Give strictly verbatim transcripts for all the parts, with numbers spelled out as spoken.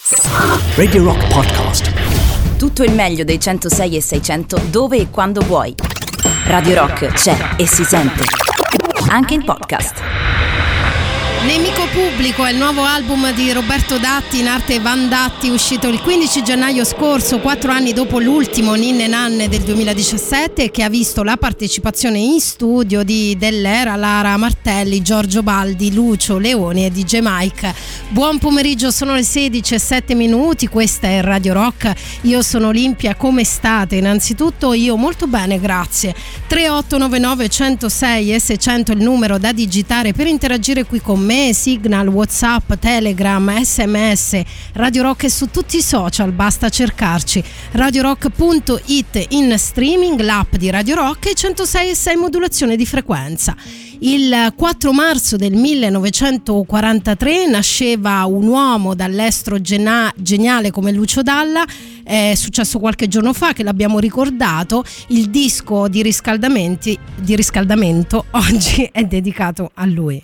Radio Rock Podcast. Tutto il meglio dei centosei e seicento dove e quando vuoi. Radio Rock c'è e si sente anche in podcast. Nemico pubblico è il nuovo album di Roberto Datti in arte Van Datti, uscito il quindici gennaio scorso, quattro anni dopo l'ultimo Ninne Nanne del duemiladiciassette, che ha visto la partecipazione in studio di Dell'Era, Lara Martelli, Giorgio Baldi, Lucio Leoni e D J Mike. Buon pomeriggio, sono le sedici e sette minuti, questa è Radio Rock, io sono Olimpia, come state? Innanzitutto io molto bene, grazie. tre otto nove nove centosei e seicento il numero da digitare per interagire qui con me. Signal, WhatsApp, Telegram, sms. Radio Rock è su tutti i social, basta cercarci. radio rock punto it in streaming, l'app di Radio Rock e centosei e sei modulazione di frequenza. Il quattro marzo del millenovecentoquarantatré nasceva un uomo dall'estero gena- geniale come Lucio Dalla. È successo qualche giorno fa che l'abbiamo ricordato. Il disco di riscaldamenti di riscaldamento oggi è dedicato a lui.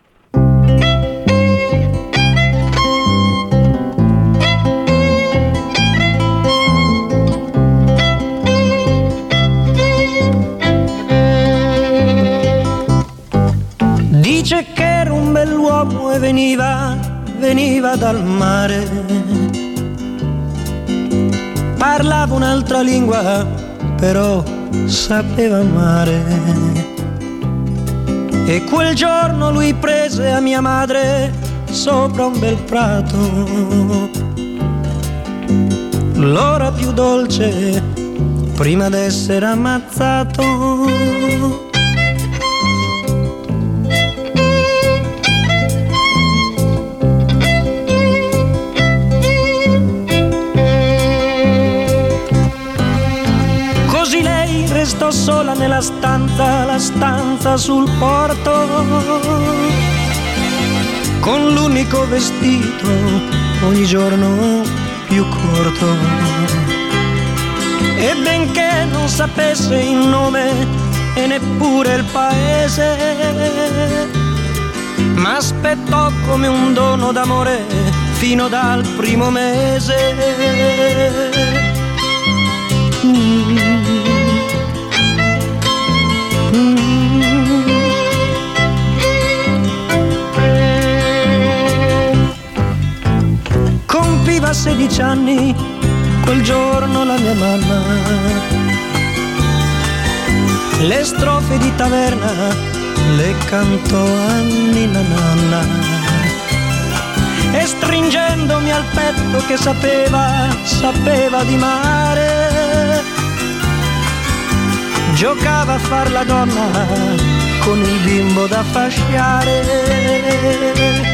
Dice che era un bell'uomo e veniva, veniva dal mare. Parlava un'altra lingua, però sapeva amare. E quel giorno lui prese a mia madre sopra un bel prato, l'ora più dolce prima d'essere ammazzato. Restò sola nella stanza, la stanza sul porto, con l'unico vestito ogni giorno più corto. E benché non sapesse il nome e neppure il paese, m'aspettò come un dono d'amore fino dal primo mese. Mm. Compiva sedici anni quel giorno la mia mamma, le strofe di taverna le cantò a Ninna Nanna, e stringendomi al petto che sapeva, sapeva di mare, giocava a far la donna con il bimbo da fasciare.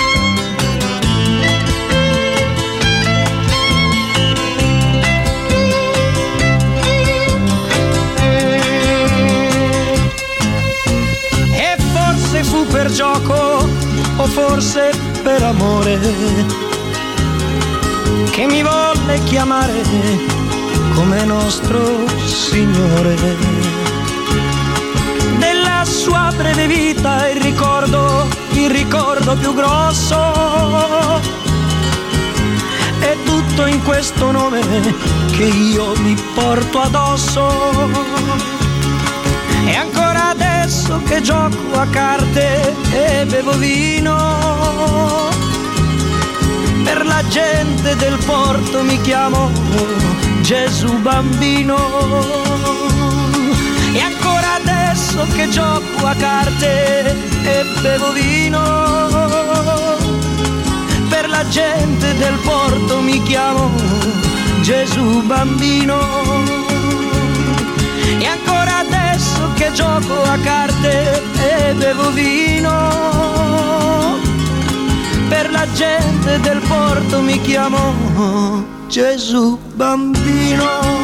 E forse fu per gioco o forse per amore che mi volle chiamare come nostro Signore. Della sua breve vita il ricordo, il ricordo più grosso, è tutto in questo nome che io mi porto addosso. E ancora adesso che gioco a carte e bevo vino, per la gente del porto mi chiamo Gesù Bambino. E ancora adesso che gioco a carte e bevo vino, per la gente del porto mi chiamo Gesù Bambino. E ancora adesso che gioco a carte e bevo vino, per la gente del porto mi chiamo Gesù Bambino.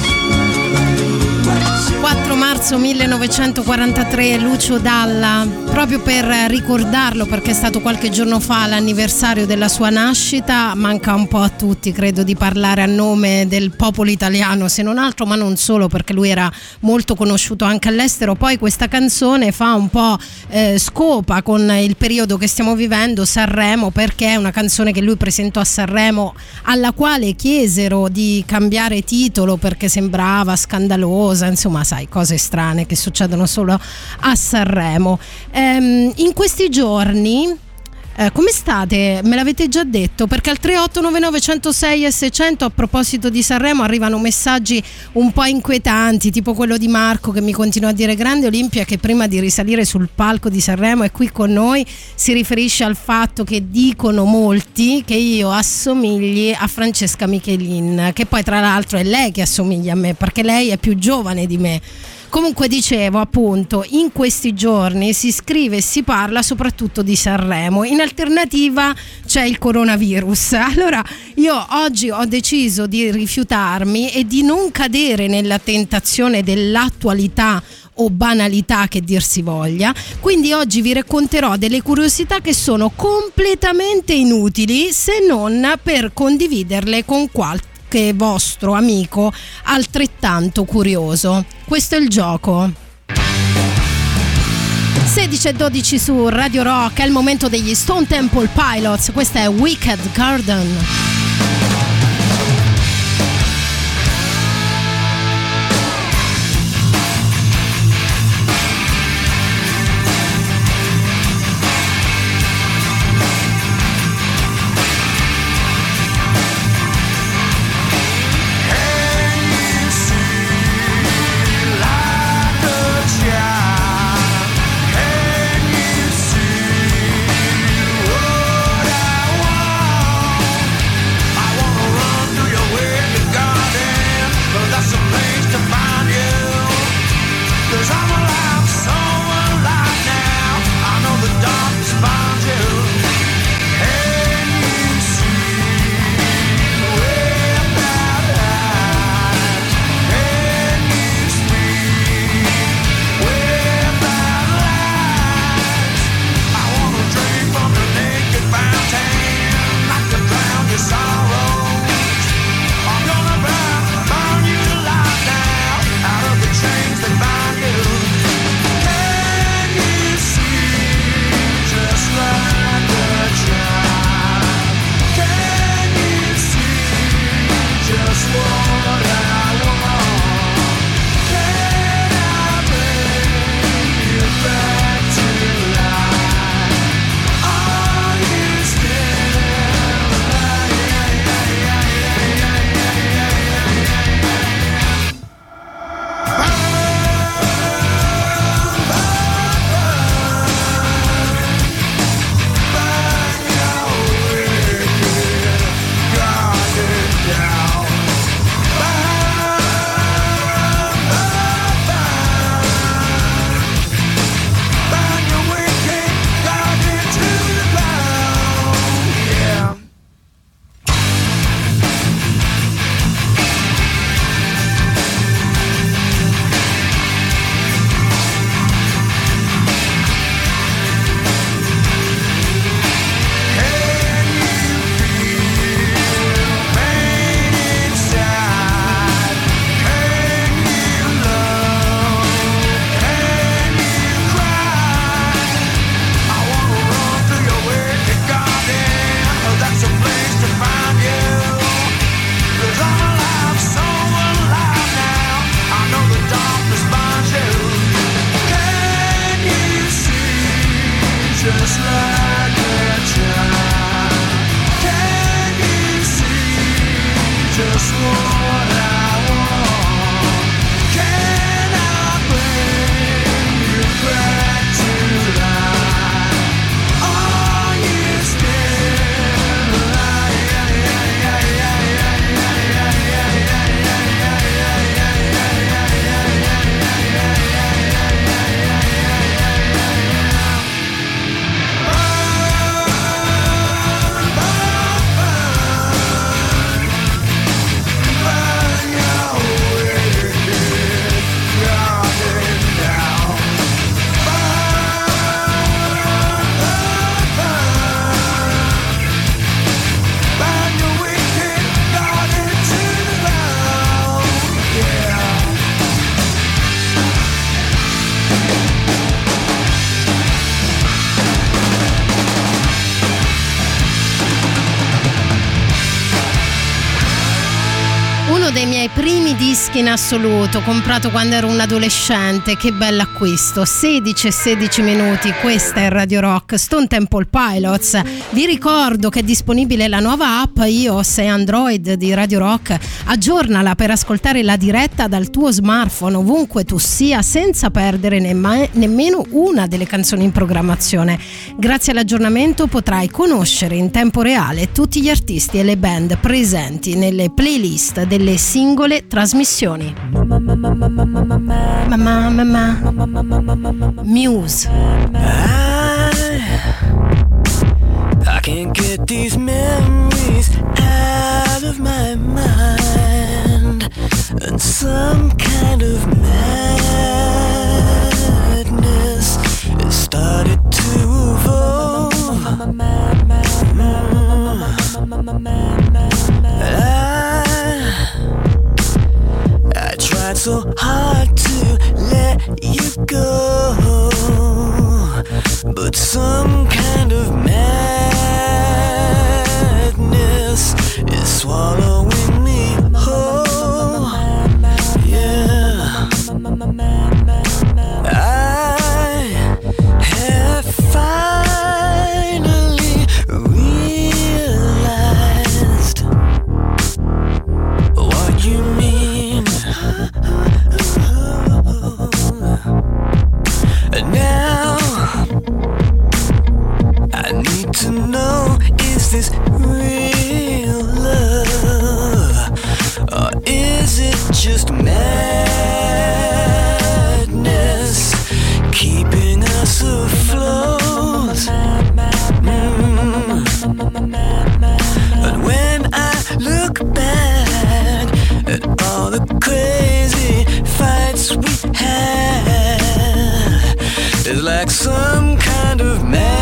quattro marzo millenovecentoquarantatré, Lucio Dalla, proprio per ricordarlo, perché è stato qualche giorno fa l'anniversario della sua nascita. Manca un po' a tutti, credo, di parlare a nome del popolo italiano, se non altro, ma non solo, perché lui era molto conosciuto anche all'estero. Poi questa canzone fa un po' eh, scopa con il periodo che stiamo vivendo, Sanremo, perché è una canzone che lui presentò a Sanremo, alla quale chiesero di cambiare titolo perché sembrava scandalosa, insomma, sai, cose strane che succedono solo a Sanremo. Ehm, in questi giorni Eh, come state? Me l'avete già detto, perché al tre otto nove nove uno zero sei e seicento, a proposito di Sanremo, arrivano messaggi un po' inquietanti, tipo quello di Marco, che mi continua a dire: grande Olimpia, che prima di risalire sul palco di Sanremo è qui con noi. Si riferisce al fatto che dicono molti che io assomigli a Francesca Michelin, che poi tra l'altro è lei che assomiglia a me, perché lei è più giovane di me. Comunque, dicevo, appunto, in questi giorni si scrive e si parla soprattutto di Sanremo. In alternativa c'è il coronavirus. Allora io oggi ho deciso di rifiutarmi e di non cadere nella tentazione dell'attualità o banalità, che dir si voglia. Quindi oggi vi racconterò delle curiosità che sono completamente inutili, se non per condividerle con qualche vostro amico altrettanto curioso. Questo è il gioco. sedici e dodici su Radio Rock, è il momento degli Stone Temple Pilots. Questa è Wicked Garden. dei miei primi dischi in assoluto, comprato quando ero un adolescente. Che bell'acquisto. Sedici e sedici minuti, questa è Radio Rock, Stone Temple Pilots. Vi ricordo che è disponibile la nuova app iOS e Android di Radio Rock. Aggiornala per ascoltare la diretta dal tuo smartphone ovunque tu sia, senza perdere nemma- nemmeno una delle canzoni in programmazione. Grazie all'aggiornamento potrai conoscere in tempo reale tutti gli artisti e le band presenti nelle playlist delle singole trasmissioni. Mamma, mamma, Muse. I, I can't get these memories out of my mind, and some kind of madness has started to evolve. I, I tried so hard to let you go, but some kind of madness is swallowing me whole. Yeah, I have finally realized what you mean. Now I need to know, is this real love, or is it just madness keeping us afloat? Mm. But when I look back at all the crazy fights we had, it's like some kind of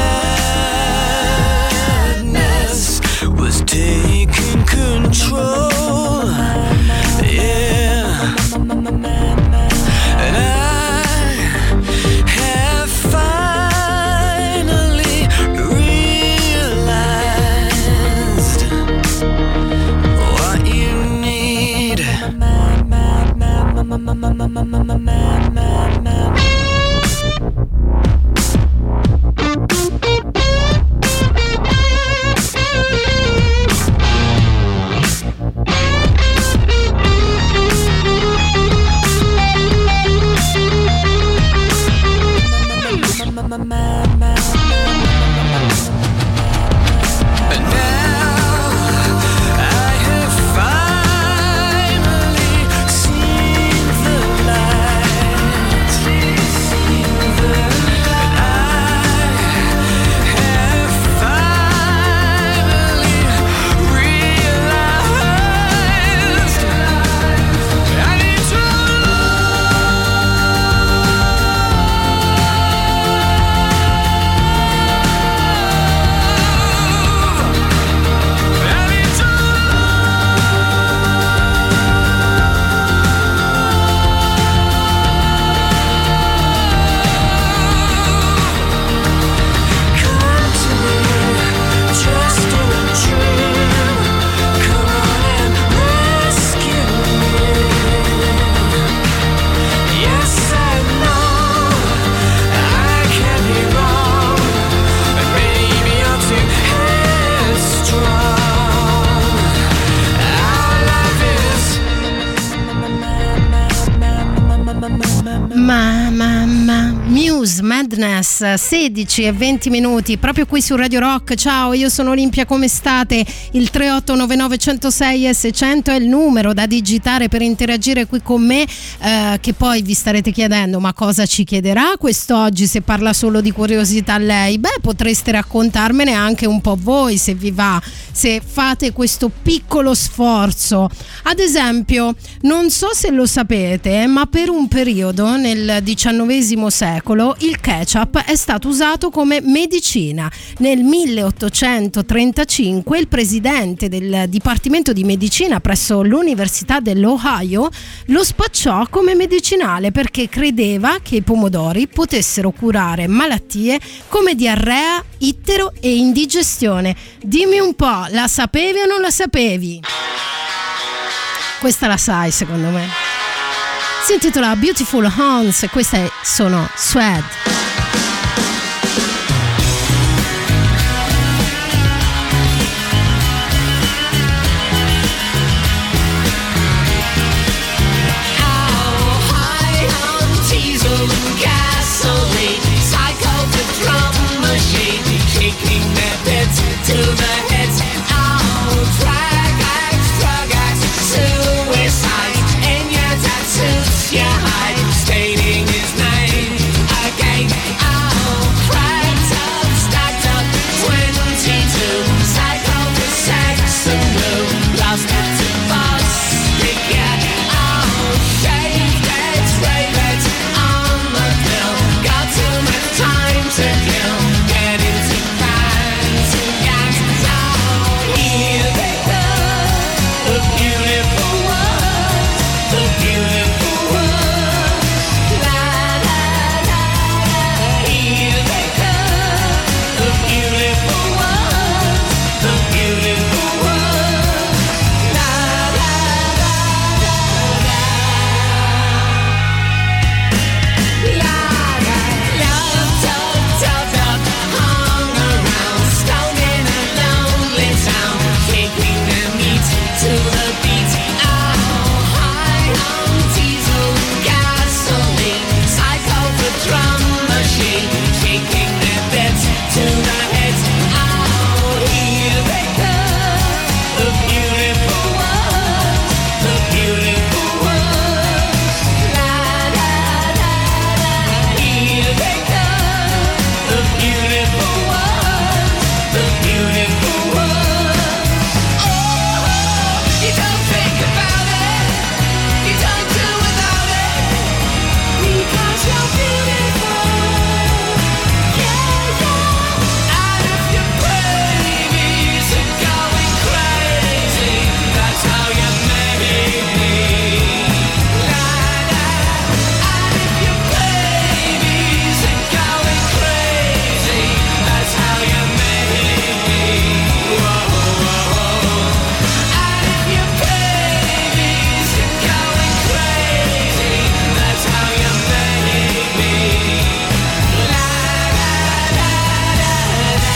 madness was taking control. Yeah, and I have finally realized what you need. Madness, sedici e venti minuti proprio qui su Radio Rock. Ciao, io sono Olimpia, come state? Il tre otto nove nove uno zero sei e seicento è il numero da digitare per interagire qui con me, eh, che poi vi starete chiedendo ma cosa ci chiederà quest'oggi se parla solo di curiosità lei? Beh, potreste raccontarmene anche un po' voi se vi va, se fate questo piccolo sforzo. Ad esempio, non so se lo sapete, ma per un periodo nel diciannovesimo secolo il ketchup è stato usato come medicina. Nel milleottocentotrentacinque il presidente del Dipartimento di Medicina presso l'Università dell'Ohio lo spacciò come medicinale perché credeva che i pomodori potessero curare malattie come diarrea, ittero e indigestione. Dimmi un po', la sapevi o non la sapevi? Questa la sai secondo me. Si intitola Beautiful Horns e queste sono Swed. To the heads, oh, drag acts, drug acts, suicides, in your tattoos, your hide, stating his name again, oh, cracked up, stacked up, twenty-two, psycho for sex and blue, lost it to busted, yeah, oh, shaved heads, rave heads, on the pill, got too much time to kill, get into bands and gangs. Here they come, the beautiful ones, the beautiful ones. La la la la. Here they come, the beautiful ones, the beautiful ones. La la la la la. La la la. Tucked up, up, hung around, stoned in a lonely town, kicking their meat to the beat. Oh, high on diesel, gasoline, psycho for drum machine, shaking their beds to the heads. Oh, here they come, the beautiful ones, the beautiful ones. La la la la. Here they come, the beautiful ones, the beautiful ones. Oh, you don't think about it, you don't do without it, because you're beautiful. Yeah, yeah. And if your babies are going crazy, that's how you make me. La la. And if your babies are going crazy, that's how you make me. Whoa, whoa. And if your babies are going crazy, that's how you make me. La la la la la.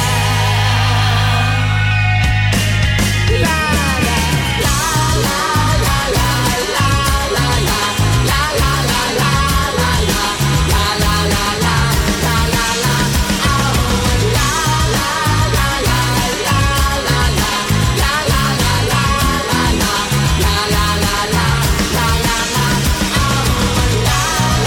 La la la la la la la la la. La la la la la la. La la la la la la la. Oh, la la la la la la la. La la la la la la. La la la la la la la. Oh, la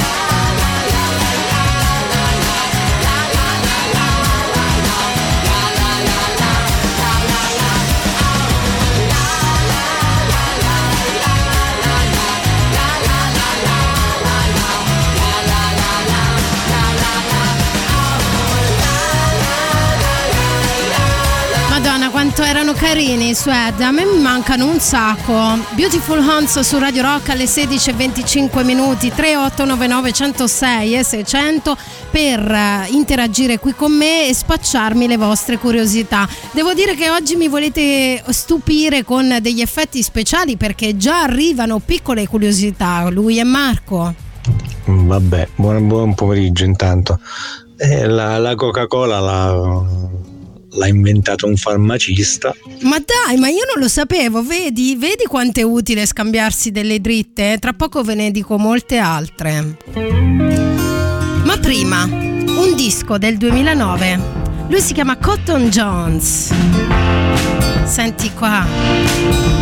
Madonna, quanto erano carini i Swed, a me mi mancano un sacco. Beautiful Horns su Radio Rock alle sedici e venticinque minuti. Tre otto nove nove uno zero sei e seicento per eh, interagire qui con me e spacciarmi le vostre curiosità. Devo dire che oggi mi volete stupire con degli effetti speciali, perché già arrivano piccole curiosità. Lui è Marco. Vabbè, buon, buon pomeriggio intanto. Eh, la, la Coca-Cola la, l'ha inventato un farmacista. Ma dai, ma io non lo sapevo, vedi? Vedi quanto è utile scambiarsi delle dritte? Tra poco ve ne dico molte altre. Ma prima, un disco del duemilanove. Lui si chiama Cotton Jones. Senti qua.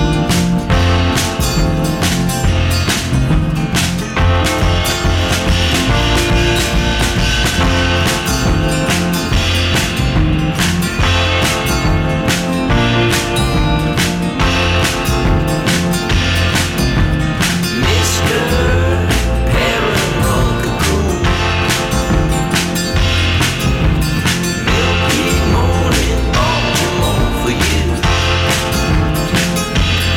Milky morning, Baltimore for you.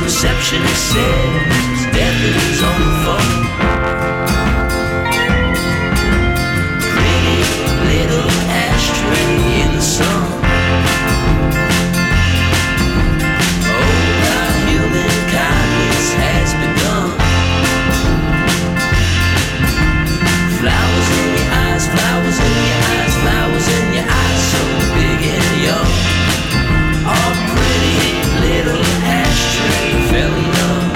receptionist says Debbie's on the phone. Pretty little ashtray in the sun. Oh, our human kindness has begun. Flowers in your eyes, flowers in your eyes, flowers in your eyes, so big and young. Oh, pretty little ashtray fell in love.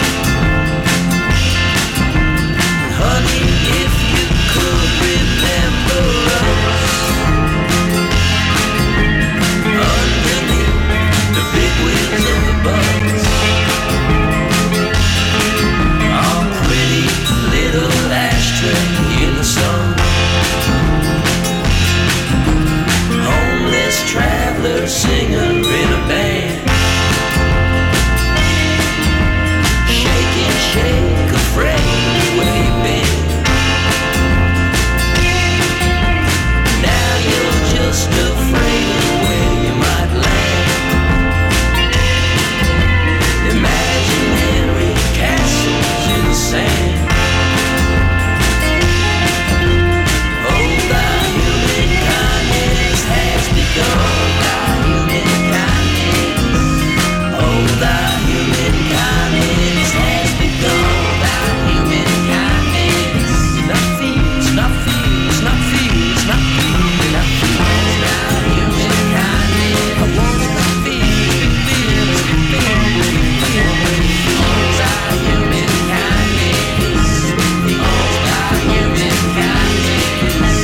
Honey, if you could remember us underneath the big wheels of the bus. Oh, pretty little ashtray in the sun. Homeless traveler, singer in a band. Shake and shake, afraid where you been. Now you're just afraid of where you might land. Imaginary castles in the sand. Oh, the human kindness has begun. The human kindness. Oh, the human kindness has begun. The human kindness. Not feels, not feels, not feels, not feels, not feels. The human kindness. I want to feel, feel, feel, feel. Oh, the human kindness. Oh, the human kindness.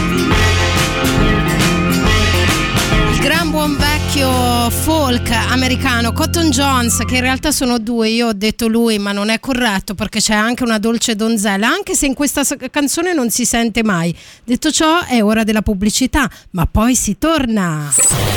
Il gran buon vecchio folk americano Cotton Jones, che in realtà sono due, io ho detto lui ma non è corretto perché c'è anche una dolce donzella, anche se in questa s- canzone non si sente mai. Detto ciò, è ora della pubblicità, ma poi si torna.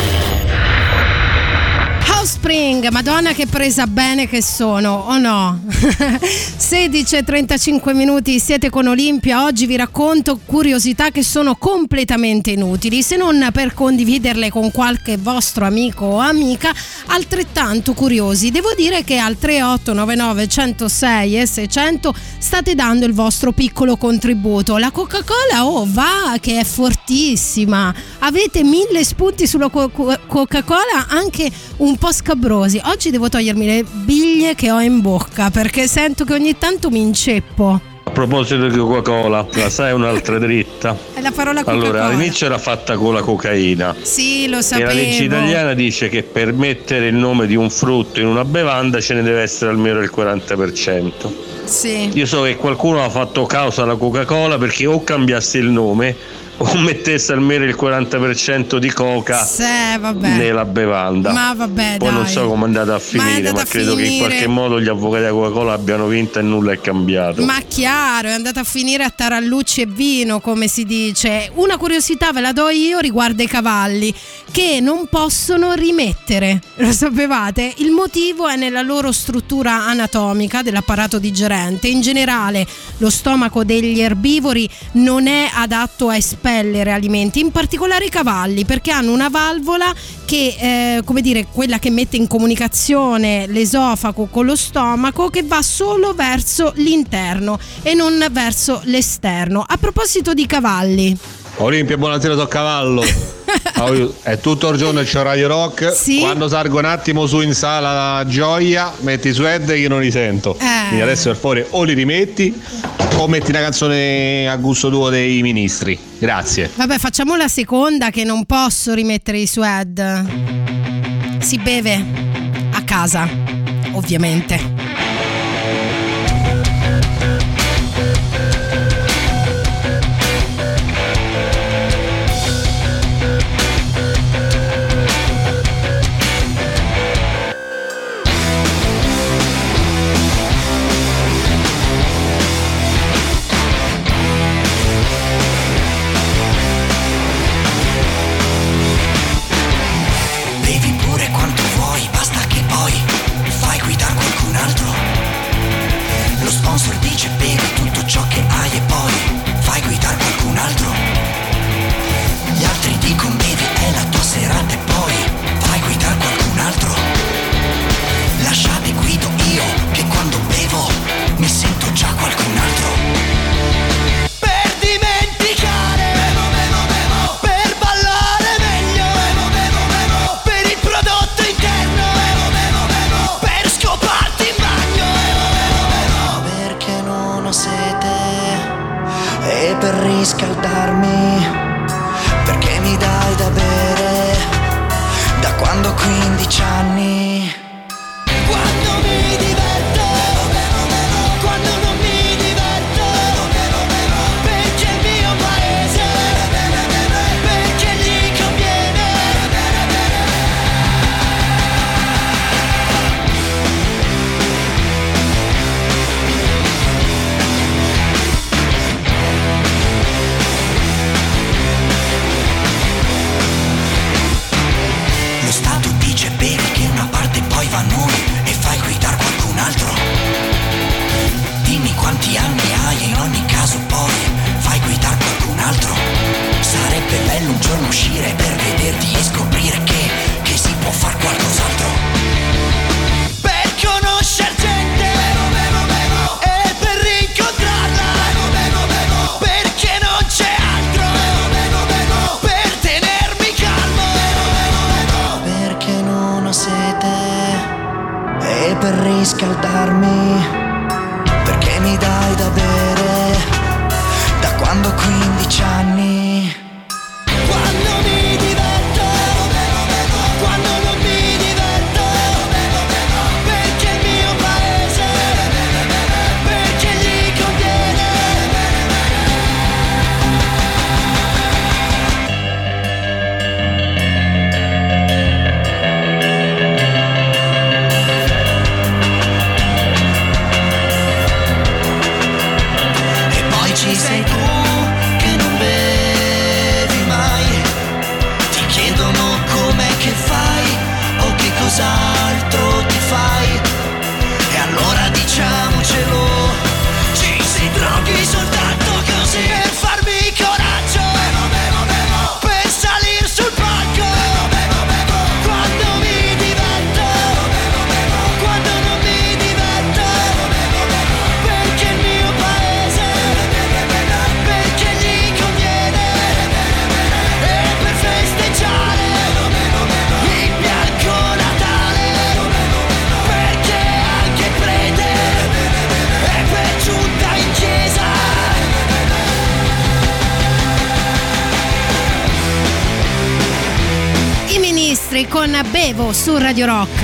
Spring, Madonna che presa bene che sono, o oh no? sedici e trentacinque minuti, siete con Olimpia. Oggi vi racconto curiosità che sono completamente inutili, se non per condividerle con qualche vostro amico o amica altrettanto curiosi. Devo dire che al tre otto nove nove uno zero sei e seicento state dando il vostro piccolo contributo. La Coca-Cola, oh va, che è fortissima. Avete mille spunti sulla co- Coca-Cola, anche un po' scabrosi. Oggi devo togliermi le biglie che ho in bocca perché sento che ogni tanto mi inceppo. A proposito di Coca-Cola, la sai un'altra dritta? È la parola Coca-Cola. Allora, all'inizio era fatta con la cocaina. Sì, lo E sapevo. la legge italiana dice che per mettere il nome di un frutto in una bevanda ce ne deve essere almeno il quaranta per cento. Sì. Io so che qualcuno ha fatto causa alla Coca-Cola perché o cambiasse il nome o mettesse almeno il quaranta per cento di coca sì, vabbè. nella bevanda. Ma vabbè, Poi dai. non so come è andata a finire, ma, a credo finire... che in qualche modo gli avvocati della Coca-Cola abbiano vinto e nulla è cambiato. Ma chiaro, è andata a finire a tarallucci e vino, come si dice. Una curiosità ve la do io riguardo i cavalli, che non possono rimettere. Lo sapevate? Il motivo è nella loro struttura anatomica dell'apparato digerente. In generale, lo stomaco degli erbivori non è adatto a espellere alimenti, in particolare i cavalli, perché hanno una valvola che, eh, come dire, quella che mette in comunicazione l'esofago con lo stomaco, che va solo verso l'interno e non verso l'esterno. A proposito di cavalli, Olimpia, buonasera, so cavallo. È tutto il giorno c'è Radio Rock. Sì? Quando salgo un attimo su in sala Gioia, metti su Ed che io non li sento. Eh. Quindi adesso per favore o li rimetti o metti una canzone a gusto tuo dei Ministri. Grazie. vabbè, facciamo la seconda, che non posso rimettere i Sued. Si beve a casa, ovviamente. Bevi pure quanto vuoi, basta che poi fai guidare qualcun altro. Lo sponsor dice bevi tutto ciò che hai e poi fai guidare qualcun altro. Gli altri dicono bevi, è la tua serata e poi fai guidare qualcun altro. Lasciate guido fermi, perché mi dai da bere da quando ho quindici anni. Quando mi diverto, quando non mi diverto, perché il mio paese, perché gli conviene. E poi ci sei tu che non bevi mai, ti chiedono com'è che fai o che cos'altro ti fai, e allora diciamocelo, ci si droghi soltanto così per farmi coraggio, bevo, bevo, bevo, per salir sul palco, bevo, bevo, bevo, quando mi diverto, bevo, bevo, quando non mi diverto, bevo, bevo, perché il mio paese, perché gli conviene, e per festeggiare il bianco Natale, perché anche il prete è per giunta in chiesa. I Ministri con Bevo su Radio Rock.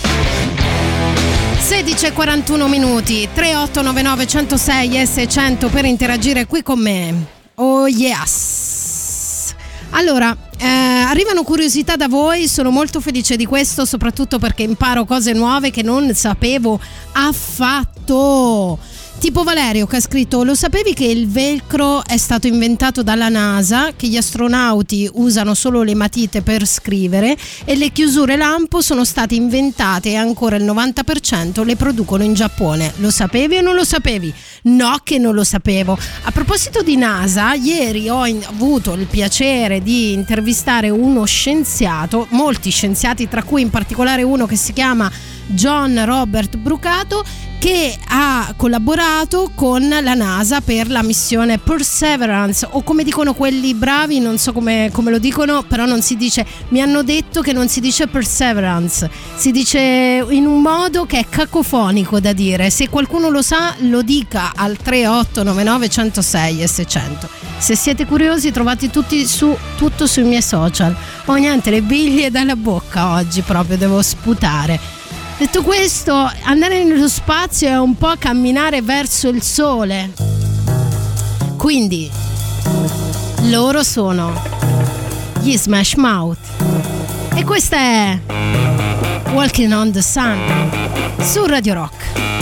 sedici e quarantuno minuti. Tre otto nove nove uno zero sei S cento per interagire qui con me. Oh yes. Allora, eh, arrivano curiosità da voi, sono molto felice di questo, soprattutto perché imparo cose nuove che non sapevo affatto. Tipo Valerio che ha scritto: lo sapevi che il velcro è stato inventato dalla NASA, che gli astronauti usano solo le matite per scrivere e le chiusure lampo sono state inventate e ancora il novanta per cento le producono in Giappone. Lo sapevi o non lo sapevi? No che non lo sapevo. A proposito di NASA, ieri ho in- avuto il piacere di intervistare uno scienziato, molti scienziati, tra cui in particolare uno che si chiama John Robert Brucato, che ha collaborato con la NASA per la missione Perseverance, o come dicono quelli bravi, non so come, come lo dicono, però non si dice, mi hanno detto che non si dice Perseverance, si dice in un modo che è cacofonico da dire. Se qualcuno lo sa lo dica al tre otto nove nove uno zero sei S cento. Se siete curiosi trovate tutti su, tutto sui miei social. Oh niente, le biglie dalla bocca oggi, proprio devo sputare. Detto questo, andare nello spazio è un po' camminare verso il sole. Quindi loro sono gli Smash Mouth e questa è Walking on the Sun su Radio Rock.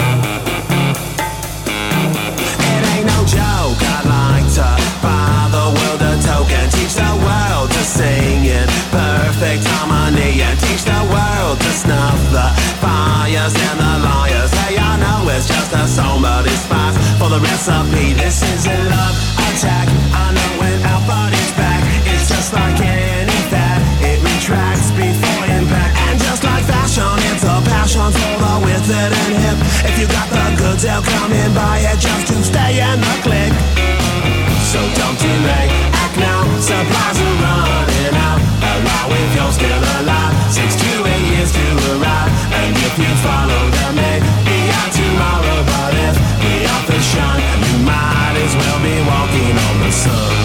It ain't no joke, I'd like to buy the world a token, teach the world to sing in perfect harmony, and teach the world to snuff the fires and the liars. Hey, I know it's just a song, but it's spice for the recipe. This is a love attack. I know when our body's back, it's just like any fat, it retracts before impact. And just like fashion, it's a passion for the withered and hip. If you got the goods, they'll come and buy it just to stay in the clique. So don't delay, act now, supplies are running out. Allow if you're still alive, six to eight years to arrive. And if you follow the may be out tomorrow, but if we are the shine, you might as well be walking on the sun.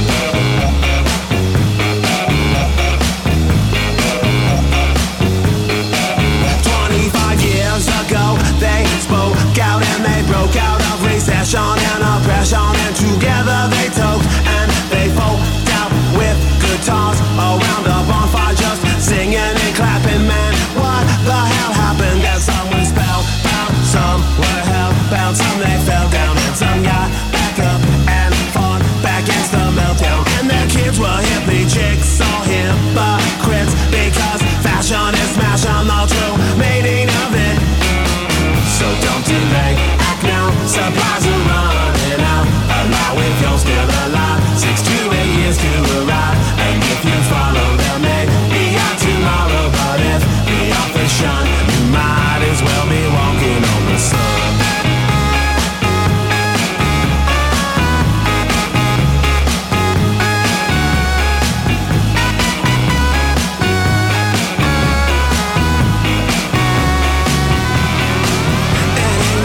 Twenty-five years ago, they spoke out and they broke out of recession and oppression, and together they took and they folk out with guitars around a bonfire, just singing and clapping. Man, what the hell happened? That some were spellbound, some were hellbound, some they fell down, and some got back up and fought back against the meltdown. And their kids were hippie chicks, all hypocrites, because fashion is smashing the true meaning of it. So don't delay, act now, supplies are running out. Allow if you're still alive, six to eight years to arrive. And if you follow them, maybe out tomorrow, but if we off the shine, you might as well be walking on the sun. It ain't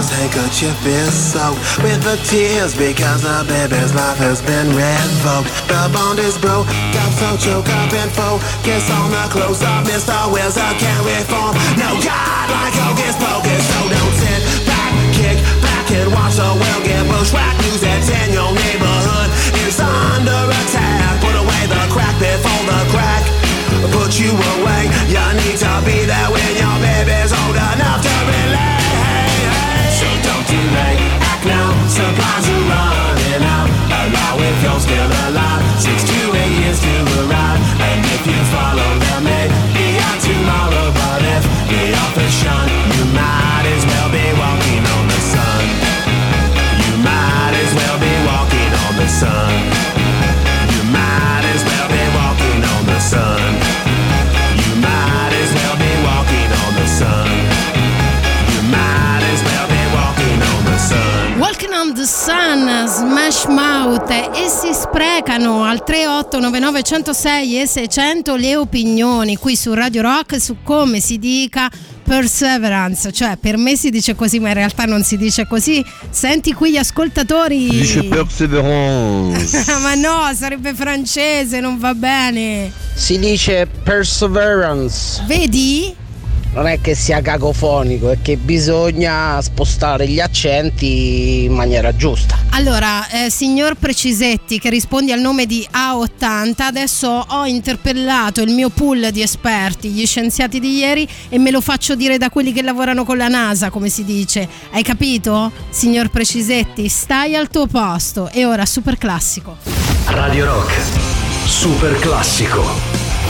mama's handkerchief is soaked with the tears because the baby's life has been revoked. The bond is broke, got so choke up and focus on the close-up. Mister Wills, I can't reform. No God like Hocus Pocus, so don't sit back, kick back and watch the world get bushwhacked. News at ten, your neighborhood is under attack. Put away the crack before the crack put you away. You need to be there when your baby's old enough to relate. So don't delay, act now, supplies are running out. Allow if you're still alive, six to eight years to arrive. And if you follow the maid, be out tomorrow. But if the office shun, you might as well be walking on the sun. You might as well be walking on the sun. You might as well be walking on the sun. You might as well be walking on the sun. You might as well be walking on the sun. Walking on the Sun, Smash Mouth, e si sprecano al tre otto nove nove uno zero sei e seicento le opinioni qui su Radio Rock su come si dica Perseverance, cioè per me si dice così ma in realtà non si dice così. Senti qui gli ascoltatori. Si dice Perseverance. Ma no, sarebbe francese, non va bene. Si dice Perseverance. Vedi? Non è che sia cacofonico, è che bisogna spostare gli accenti in maniera giusta. Allora, eh, signor Precisetti, che rispondi al nome di A ottanta, adesso ho interpellato il mio pool di esperti, gli scienziati di ieri, e me lo faccio dire da quelli che lavorano con la NASA, come si dice. Hai capito? Signor Precisetti, stai al tuo posto. E ora super classico. Radio Rock, super classico.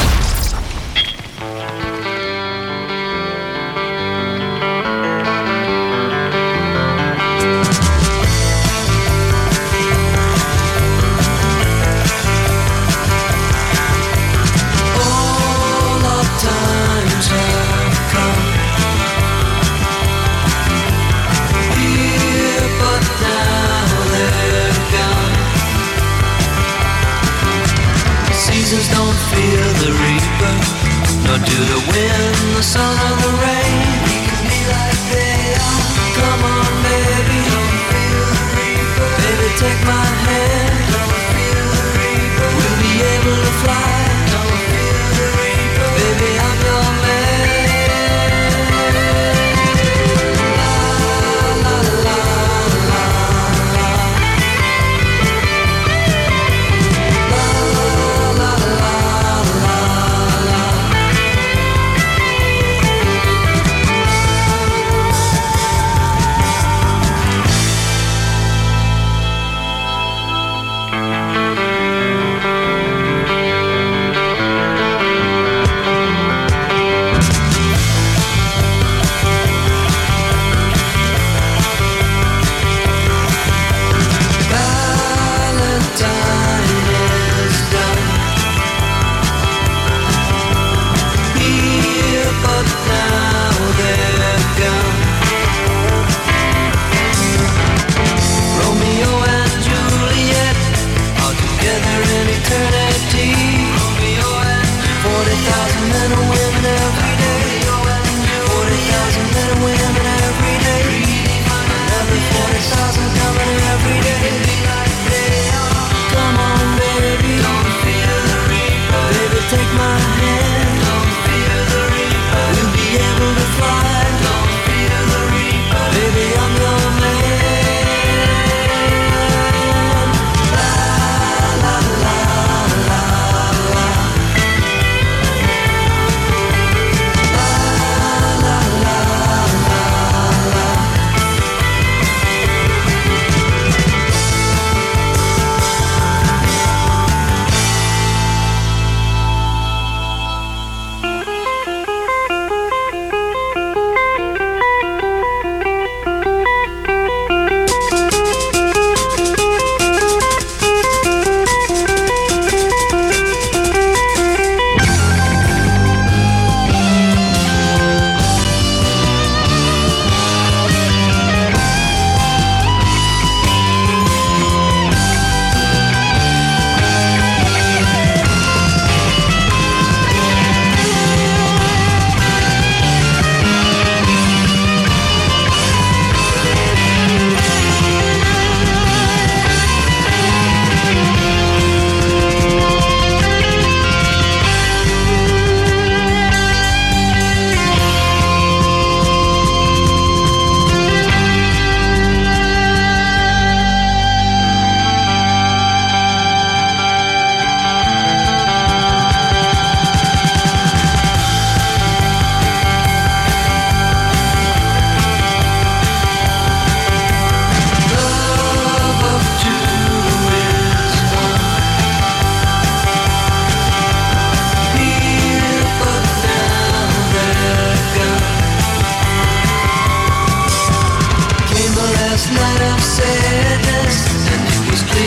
Don't fear the reaper, nor do the wind, the sun or the rain. We can be like they are. Come on, baby, don't fear the reaper. Baby, take my hand. Don't fear the reaper. We'll be able to fly. Don't fear the reaper. Baby, I'm your man. La la la la la.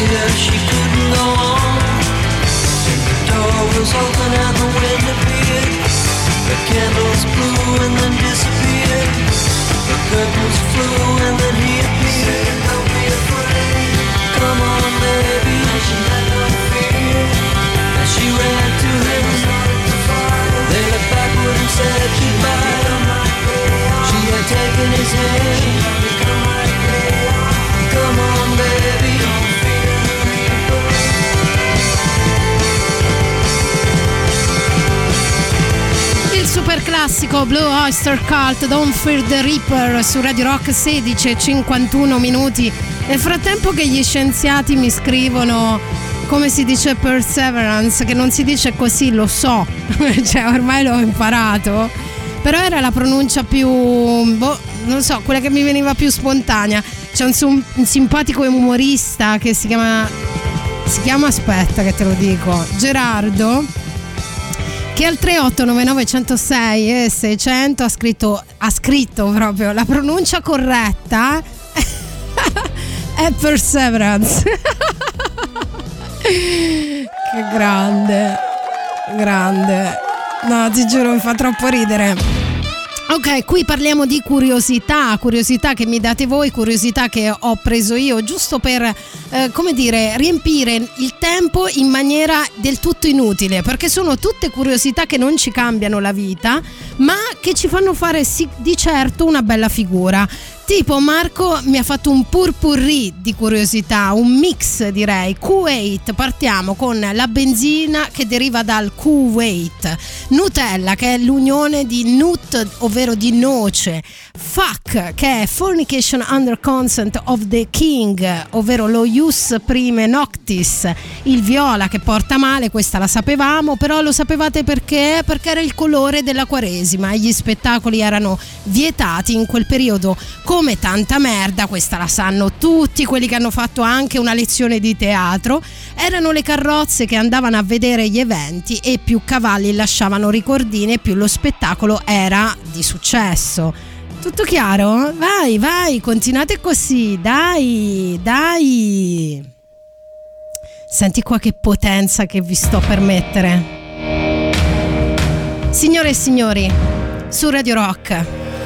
her she couldn't go on. The door was open and the wind appeared. The candles blew and then disappeared. The curtains flew and then he appeared. Don't be afraid, come on baby. And she had no fear. And she ran to him. They looked backward and said goodbye. She had taken his hand. Come on baby. Il super classico Blue Oyster Cult, Don't Fear the Reaper su Radio Rock. Sedici e cinquantuno minuti. Nel frattempo che gli scienziati mi scrivono come si dice perseverance, che non si dice così, lo so, cioè ormai l'ho imparato, però era la pronuncia più, boh, non so, quella che mi veniva più spontanea. C'è un, un, un simpatico umorista che si chiama si chiama aspetta che te lo dico, Gerardo, che al tre otto nove nove uno zero sei e seicento ha scritto ha scritto proprio la pronuncia corretta è perseverance. Che grande, grande, no, ti giuro mi fa troppo ridere. Ok, qui parliamo di curiosità, curiosità che mi date voi, curiosità che ho preso io giusto per, eh, come dire, riempire il tempo in maniera del tutto inutile, perché sono tutte curiosità che non ci cambiano la vita, ma che ci fanno fare sì, di certo una bella figura. Tipo Marco mi ha fatto un purpurri di curiosità, un mix direi. Kuwait, partiamo con la benzina che deriva dal Kuwait, Nutella che è l'unione di nut, ovvero di noce, Fuck che è Fornication Under Consent of the King, ovvero lo Ius Prime Noctis, il viola che porta male, questa la sapevamo, però lo sapevate perché? Perché era il colore della Quaresima e gli spettacoli erano vietati in quel periodo. Come tanta merda, questa la sanno tutti quelli che hanno fatto anche una lezione di teatro, erano le carrozze che andavano a vedere gli eventi e più cavalli lasciavano ricordine più lo spettacolo era di successo. Tutto chiaro? Vai, vai, continuate così, dai, dai. Senti qua che potenza che vi sto per mettere. Signore e signori, su Radio Rock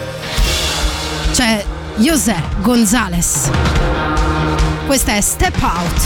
c'è José González. Questa è Step Out.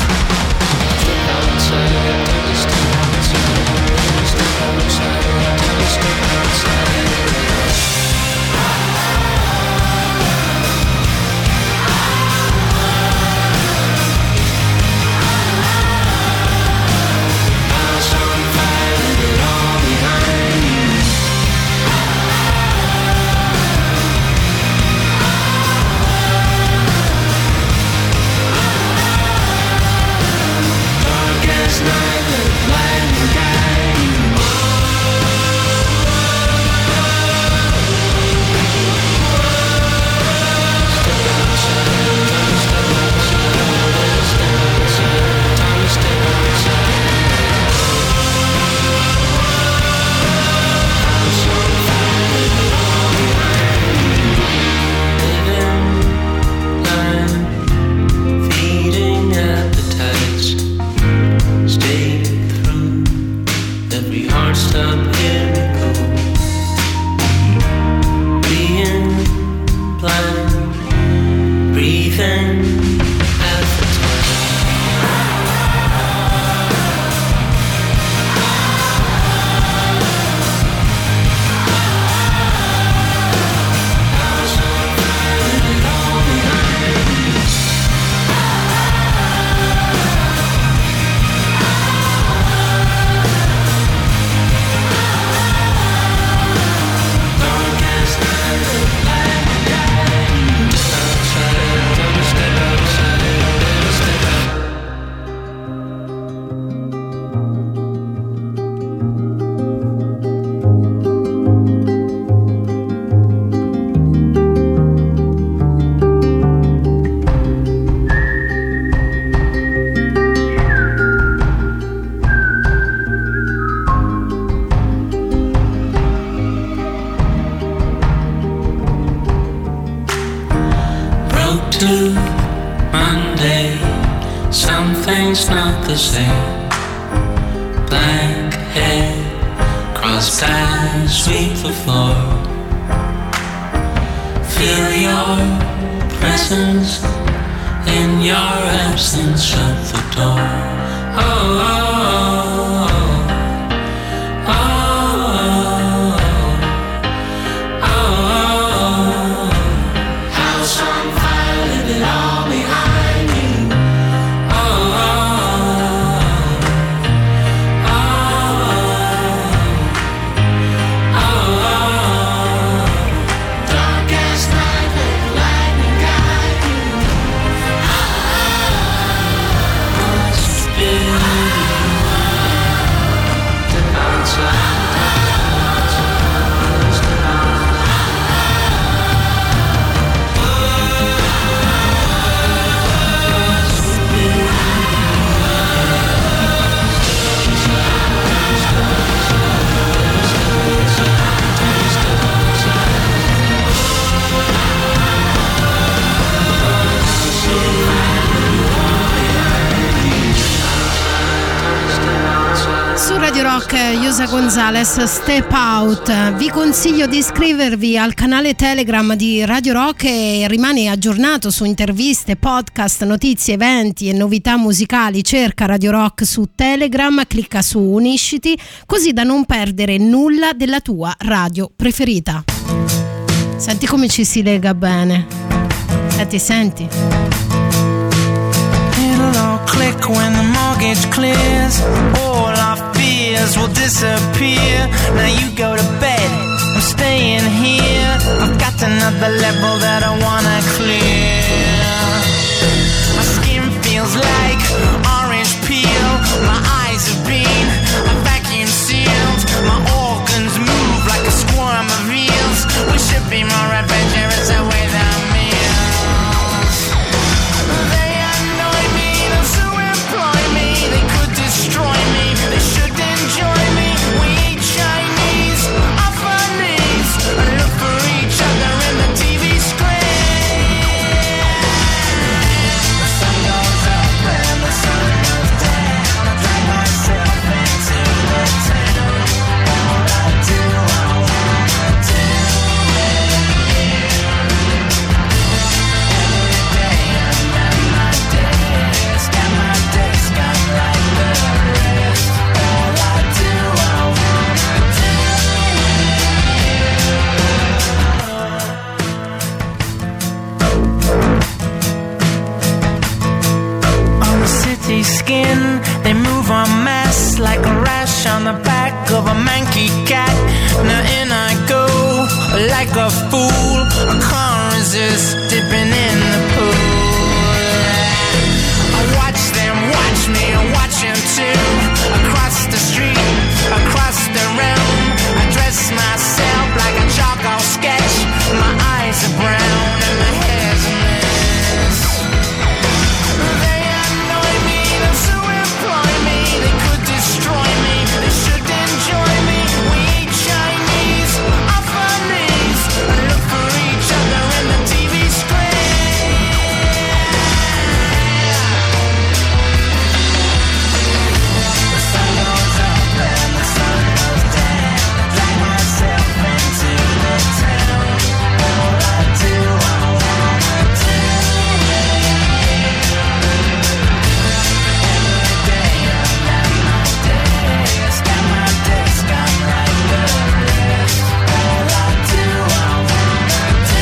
Something's not the same. Blank head, crossed eyes, sweep the floor. Feel your presence, in your absence, shut the door. Oh, oh, oh, oh, oh, oh. House on fire, leave it all behind you. Oh, oh, oh, oh, oh. Darkest night, let lightning guide you. Su Radio Rock, Yosa Gonzalez, Step Out. Vi consiglio di iscrivervi al canale Telegram di Radio Rock e rimani aggiornato su interviste, podcast, notizie, eventi e novità musicali. Cerca Radio Rock su Telegram, clicca su Unisciti, così da non perdere nulla della tua radio preferita. Senti come ci si lega bene. Senti, senti. It'll all click when the mortgage clears. All our fears will disappear. Now you go to bed, I'm staying here. I've got another level that I wanna clear. My skin feels like orange peel. My eyes have been vacuum sealed. My organs move like a swarm of eels. We should be more adventurous away than meals. They annoy me, those who employ me. They could destroy me, they should enjoy me. We eat Chinese off our knees and look for each other in the T V screen. The sun goes up and the sun goes down. I drag myself into the town. All I do, I wanna do with you. Every day I'm at my desk, at my desk I'm like the rest. All I do, I wanna do on the city skin, they move en masse like a rash on the back of a manky cat. Now in I go, like a fool. I can't resist dipping in the pool. I watch them watch me, I watch them too. Across the street, across the room, I dress myself like a charcoal sketch. My eyes are brown and my hair's a mess. They annoy me, those who employ me. They could destroy me, they should enjoy me. We eat Chinese off our knees and look for each other in the T V screen. The sun goes up and the sun goes down. I drag myself into the town. All I do, I wanna do with you. Every day I'm at my desk, at my desk I'm like the rest. All I do, I wanna do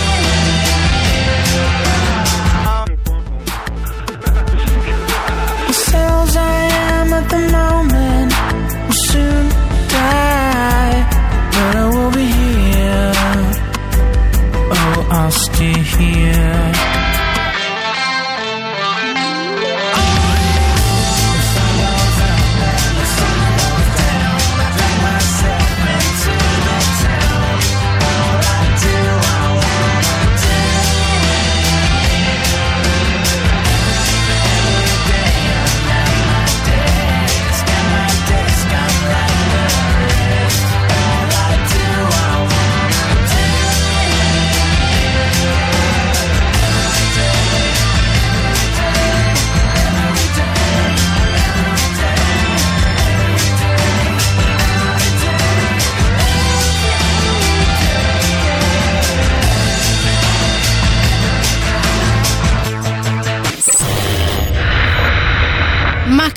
with you. The cells I am at the moment will soon die, but I will be here. Oh, I'll stay here.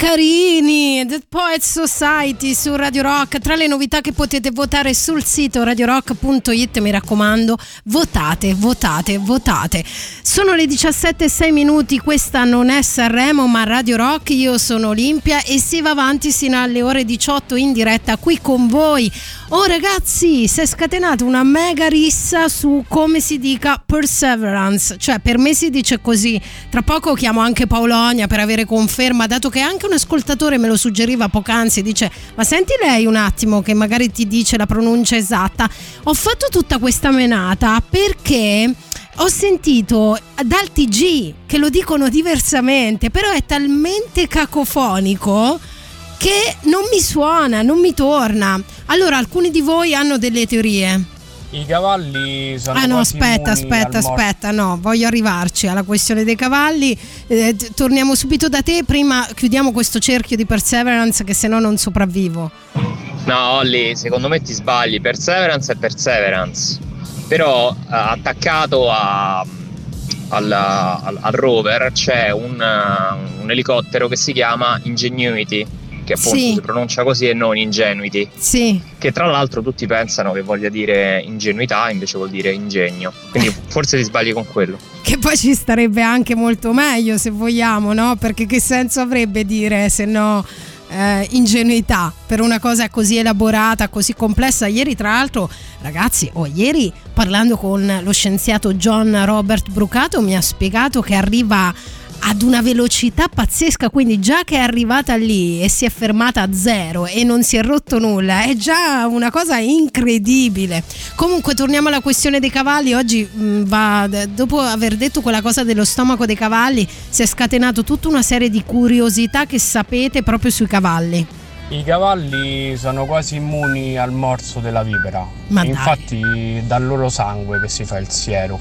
carini, The Poets Society su Radio Rock. Tra le novità che potete votare sul sito radio rock punto it, mi raccomando, votate, votate, votate. Sono le diciassette e sei minuti, questa non è Sanremo ma Radio Rock, io sono Olimpia e si va avanti sino alle ore diciotto in diretta qui con voi. Oh ragazzi, si è scatenata una mega rissa su come si dica Perseverance, cioè per me si dice così. Tra poco chiamo anche Paolonia per avere conferma, dato che anche un ascoltatore me lo suggeriva poc'anzi, dice ma senti lei un attimo che magari ti dice la pronuncia esatta. Ho fatto tutta questa menata perché ho sentito dal T G che lo dicono diversamente, però è talmente cacofonico che non mi suona, non mi torna. Allora, alcuni di voi hanno delle teorie. I cavalli sono Ah no, quasi aspetta, immuni aspetta, al morso. aspetta, no, voglio arrivarci alla questione dei cavalli. Eh, t- torniamo subito da te, prima chiudiamo questo cerchio di Perseverance che se no non sopravvivo. No, Olli, secondo me ti sbagli. Perseverance è Perseverance. Però eh, attaccato a, al, al, al rover c'è un, uh, un elicottero che si chiama Ingenuity, che appunto Sì. si pronuncia così e non Ingenuity. Sì. Che tra l'altro tutti pensano che voglia dire ingenuità, invece vuol dire ingegno. Quindi forse ti sbagli con quello. Che poi ci starebbe anche molto meglio se vogliamo, no? Perché che senso avrebbe dire se no eh, ingenuità per una cosa così elaborata, così complessa? Ieri tra l'altro, ragazzi, oh, ieri parlando con lo scienziato John Robert Brucato mi ha spiegato che arriva ad una velocità pazzesca, quindi già che è arrivata lì e si è fermata a zero e non si è rotto nulla è già una cosa incredibile. Comunque torniamo alla questione dei cavalli. Oggi mh, va, dopo aver detto quella cosa dello stomaco dei cavalli, si è scatenato tutta una serie di curiosità che sapete proprio sui cavalli. I cavalli sono quasi immuni al morso della vipera. Ma dai. Infatti dal loro sangue che si fa il siero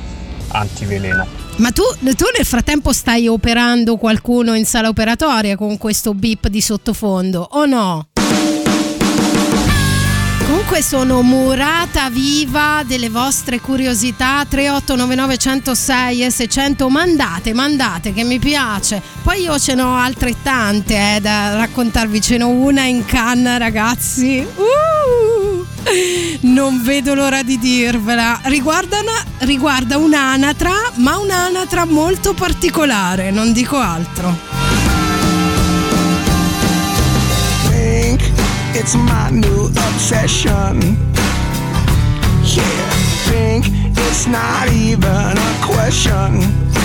antiveleno. Ma tu, tu nel frattempo stai operando qualcuno in sala operatoria con questo beep di sottofondo, o no? Comunque sono murata viva delle vostre curiosità. Tre otto nove nove uno zero sei e seicento, mandate, mandate che mi piace. Poi io ce n'ho altrettante eh, da raccontarvi, ce n'ho una in canna ragazzi. Uh! Non vedo l'ora di dirvela. Riguarda, una, riguarda un'anatra, ma un'anatra molto particolare, non dico altro. Think it's my new obsession. Yeah, think it's not even a question.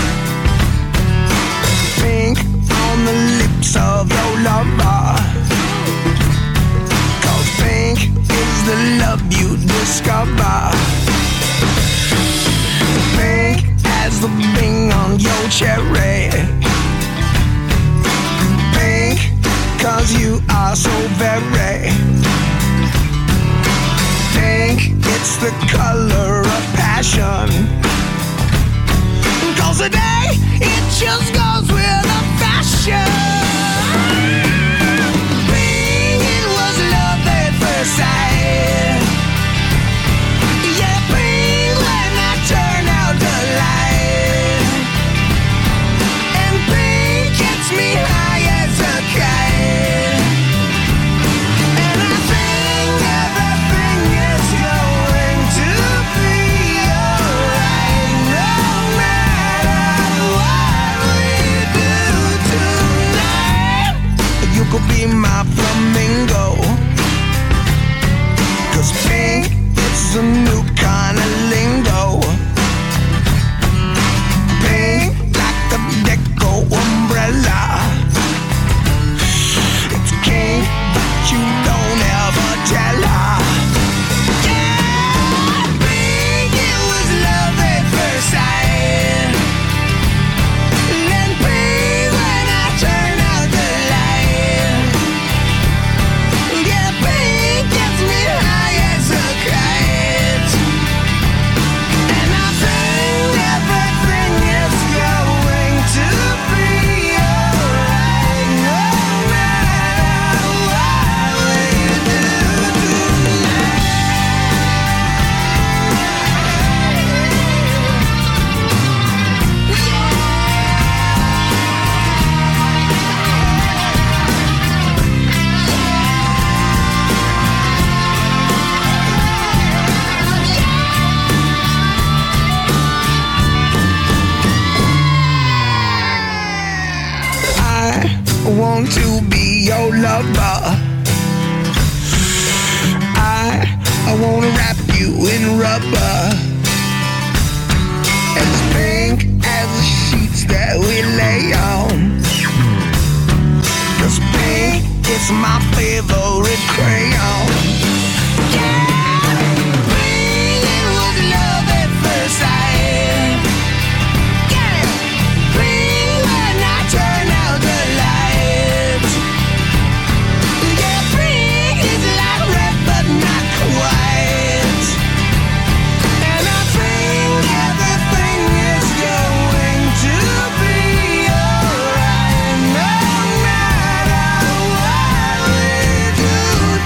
Think on the lips of your lover. Cause think is the love you discover. Think as the bing on your cherry. Think cause you are so very. Think it's the color of passion. Cause today it just goes with the fashion. Side. Yeah, please when I turn out the light. And pink gets me high as a kite. And I think everything is going to be alright. No matter what we do tonight. You could be my flamingo. want to be your lover. I, I wanna wrap you in rubber, as pink as the sheets that we lay on. 'Cause pink is my favorite crayon. Yeah, pink, it was love at first sight. Yeah, pink when I turn out the lights. Yeah, pink is like red but not quite. And I think everything is going to be alright, no matter what we do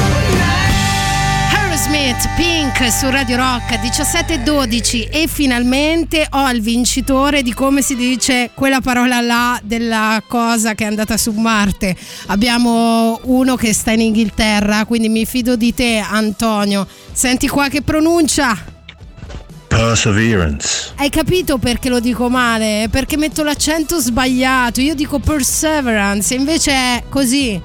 tonight. Aerosmith, Pink su Radio Rock diciassette e dodici, e finalmente ho il vincitore di come si dice quella parola là della cosa che è andata su Marte. Abbiamo uno che sta in Inghilterra, quindi mi fido di te, Antonio. Senti qua che pronuncia. Perseverance. Hai capito perché lo dico male? Perché metto l'accento sbagliato. Io dico perseverance, invece è così.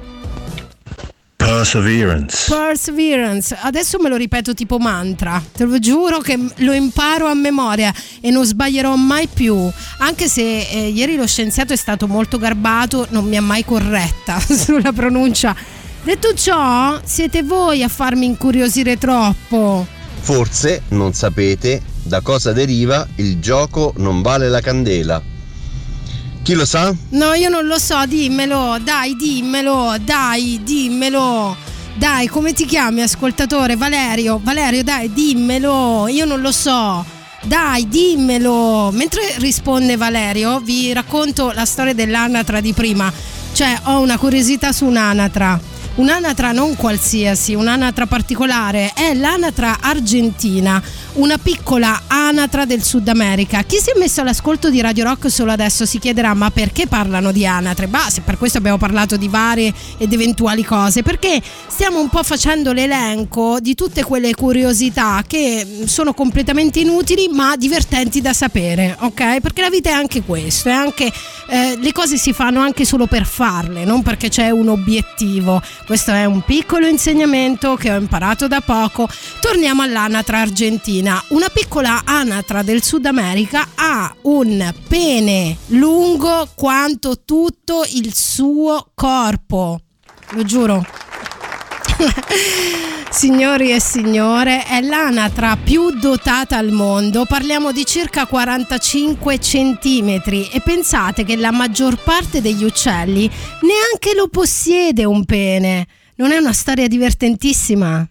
Perseverance. Perseverance. Adesso me lo ripeto tipo mantra. Te lo giuro che lo imparo a memoria e non sbaglierò mai più. Anche se eh, ieri lo scienziato è stato molto garbato, non mi ha mai corretta sulla pronuncia. Detto ciò, siete voi a farmi incuriosire troppo. Forse non sapete da cosa deriva il gioco non vale la candela. Chi lo sa? No, io non lo so, dimmelo, dai, dimmelo, dai, dimmelo. Dai, come ti chiami, ascoltatore? Valerio, Valerio, dai, dimmelo, io non lo so. Dai, dimmelo. Mentre risponde Valerio, vi racconto la storia dell'anatra di prima. Cioè, ho una curiosità su un'anatra. Un'anatra non qualsiasi, un'anatra particolare, è l'anatra argentina, una piccola anatra del Sud America. Chi si è messo all'ascolto di Radio Rock solo adesso si chiederà: ma perché parlano di anatre? Bah, se per questo abbiamo parlato di varie ed eventuali cose, perché stiamo un po' facendo l'elenco di tutte quelle curiosità che sono completamente inutili ma divertenti da sapere, ok? Perché la vita è anche questo, è anche eh, le cose si fanno anche solo per farle, non perché c'è un obiettivo. Questo è un piccolo insegnamento che ho imparato da poco. Torniamo all'anatra argentina. Una piccola anatra del Sud America ha un pene lungo quanto tutto il suo corpo. Lo giuro. Signori e signore, è l'anatra più dotata al mondo. Parliamo di circa quarantacinque centimetri e pensate che la maggior parte degli uccelli neanche lo possiede un pene. Non è una storia divertentissima?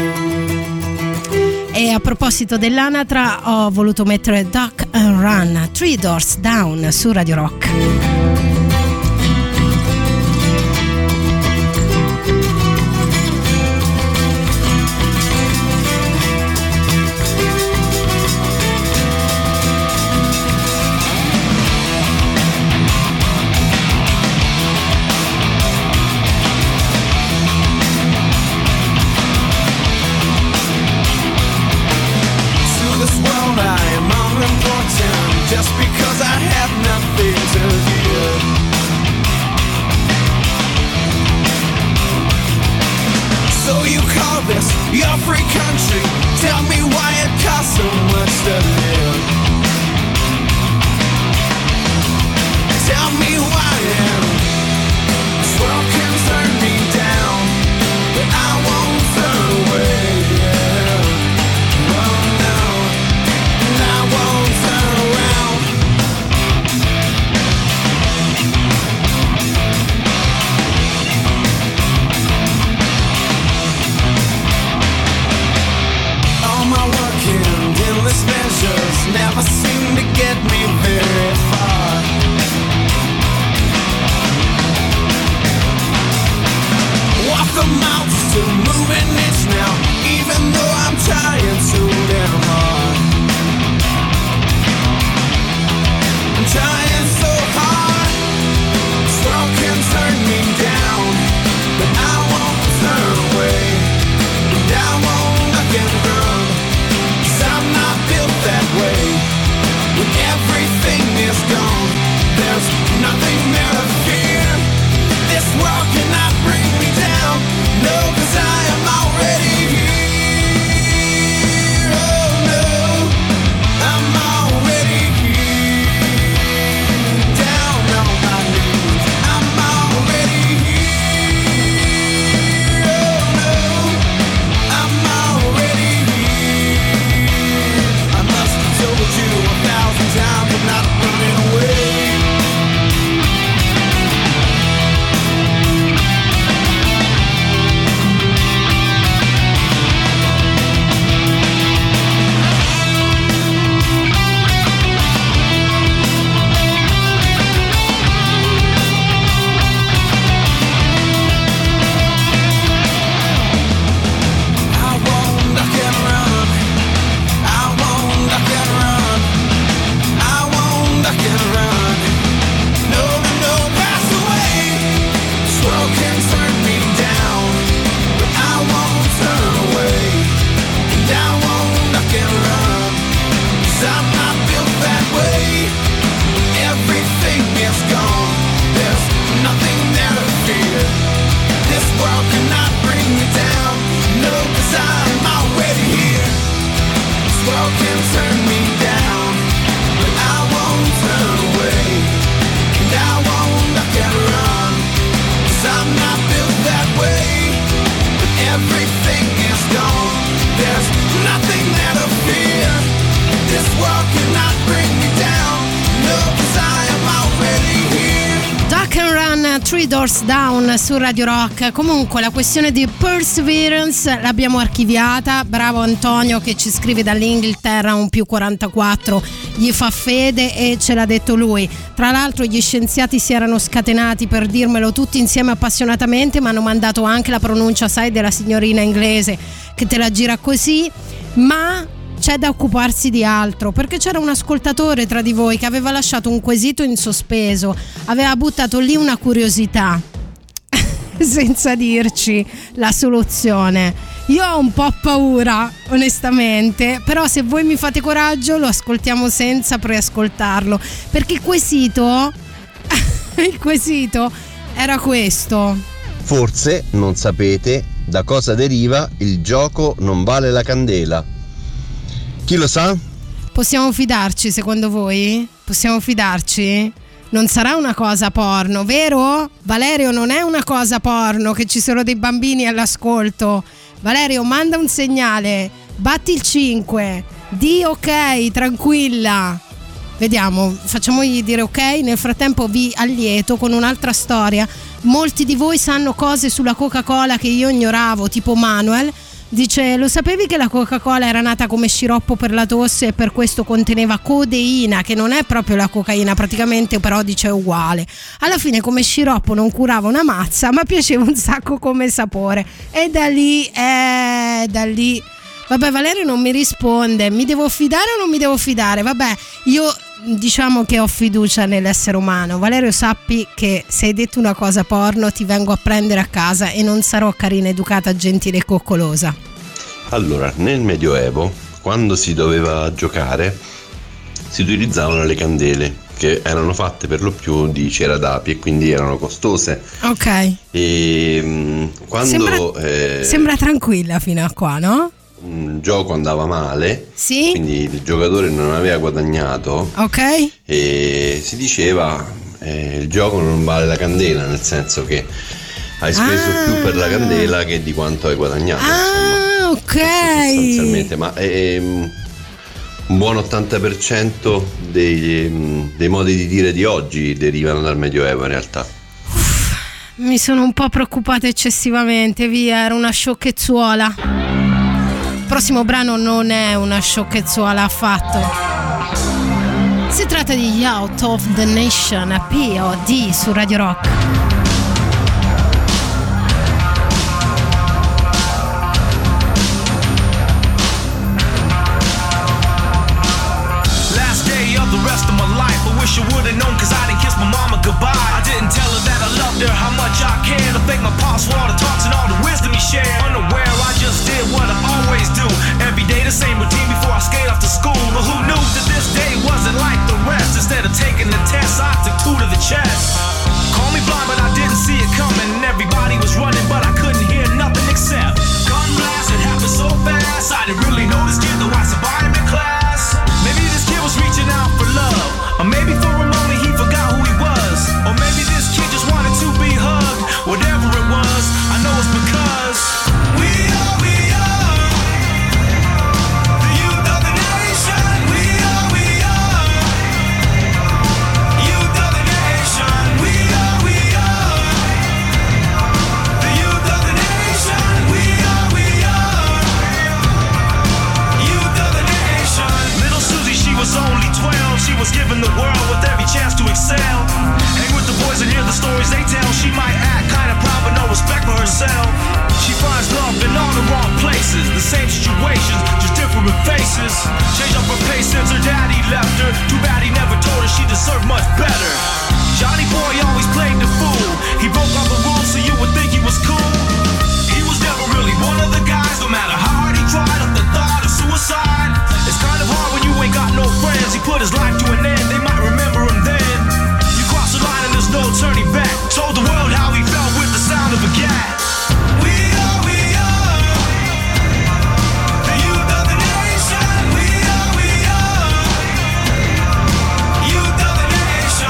E a proposito dell'anatra ho voluto mettere Duck and Run, Three Doors Down su Radio Rock. Just because I have nothing to give. So you call this your free country? Tell me why it costs so much to live. Tell me why this world can turn me down, but I won't turn away. Yeah. Oh no, and I won't turn around. All my work and Three Doors Down su Radio Rock. Comunque la questione di Perseverance l'abbiamo archiviata. Bravo Antonio che ci scrive dall'Inghilterra, un più quarantaquattro gli fa fede e ce l'ha detto lui. Tra l'altro gli scienziati si erano scatenati per dirmelo tutti insieme appassionatamente, ma hanno mandato anche la pronuncia, sai, della signorina inglese che te la gira così. Ma c'è da occuparsi di altro, perché c'era un ascoltatore tra di voi che aveva lasciato un quesito in sospeso, aveva buttato lì una curiosità senza dirci la soluzione. Io ho un po' paura onestamente, però se voi mi fate coraggio lo ascoltiamo senza preascoltarlo, perché il quesito il quesito era questo: forse non sapete da cosa deriva il gioco non vale la candela. Chi lo sa? Possiamo fidarci secondo voi? Possiamo fidarci? Non sarà una cosa porno, vero? Valerio, non è una cosa porno che ci sono dei bambini all'ascolto. Valerio, manda un segnale, batti il cinque, di ok, tranquilla. Vediamo, facciamogli dire ok. Nel frattempo vi allieto con un'altra storia. Molti di voi sanno cose sulla Coca-Cola che io ignoravo, tipo Manuel. Dice: lo sapevi che la Coca-Cola era nata come sciroppo per la tosse e per questo conteneva codeina, che non è proprio la cocaina praticamente, però dice è uguale. Alla fine come sciroppo non curava una mazza, ma piaceva un sacco come sapore. E da lì, eh, da lì... Vabbè, Valerio non mi risponde, mi devo fidare o non mi devo fidare? Vabbè, io diciamo che ho fiducia nell'essere umano. Valerio, sappi che se hai detto una cosa porno ti vengo a prendere a casa e non sarò carina, educata, gentile e coccolosa. Allora, nel Medioevo, quando si doveva giocare, si utilizzavano le candele, che erano fatte per lo più di cera d'api e quindi erano costose. Ok. E mh, quando sembra, eh, sembra tranquilla fino a qua, no? un gioco andava male, sì, quindi il giocatore non aveva guadagnato, ok, e si diceva eh, il gioco non vale la candela, nel senso che hai speso ah. più per la candela che di quanto hai guadagnato. Ah, ok. Sostanzialmente, ma ehm, un buon ottanta per cento dei, dei modi di dire di oggi derivano dal Medioevo in realtà. Mi sono un po' preoccupata eccessivamente, via, era una sciocchezzuola. Il prossimo brano non è una sciocchezzuola affatto. Si tratta di Out of the Nation, P O D su Radio Rock. Last day of the rest of my life, I wish I would've known, cause I didn't kiss my mama goodbye. I didn't tell her that I loved her, how much I cared. I thank my pops for all the talks and all the wisdom he shared. Unaware, I just did what I always do. Every day the same routine before I skate off to school. But who knew that this day wasn't like the rest? Instead of taking the test, I took two to the chest. Call me blind, but I didn't see it coming. Everybody was running, but I couldn't hear nothing except gun blast. It happened so fast, I didn't really know this kid, though I survived him in class. Maybe this kid was reaching out for love, or maybe for a moment he forgot who he was, or maybe this kid just wanted to be hugged. Whatever it was, I know it's because we are, we are the youth of the nation. We are, we are youth of the nation. We are, we are the youth of the nation. We are, we are youth of the nation. Little Susie, she was only twelve. She was given the world with every chance to excel. Hang with the boys and hear the stories they tell. She might act kinda proud but no respect for herself. She finds love in all the wrong places. The same situations, just different faces. Change up her pace since her daddy left her. Too bad he never told her she deserved much better. Johnny boy always played the fool. He broke all the rules so you would think he was cool. He was never really one of the guys. No matter how hard he tried, up the thought of suicide. It's kind of hard when you ain't got no friends. He put his life to an end, they might remember him then. You cross the line and there's no turning back. Told the world how he felt with the sound of a gat. We are, we are the youth of the nation. We are, we are youth of the nation.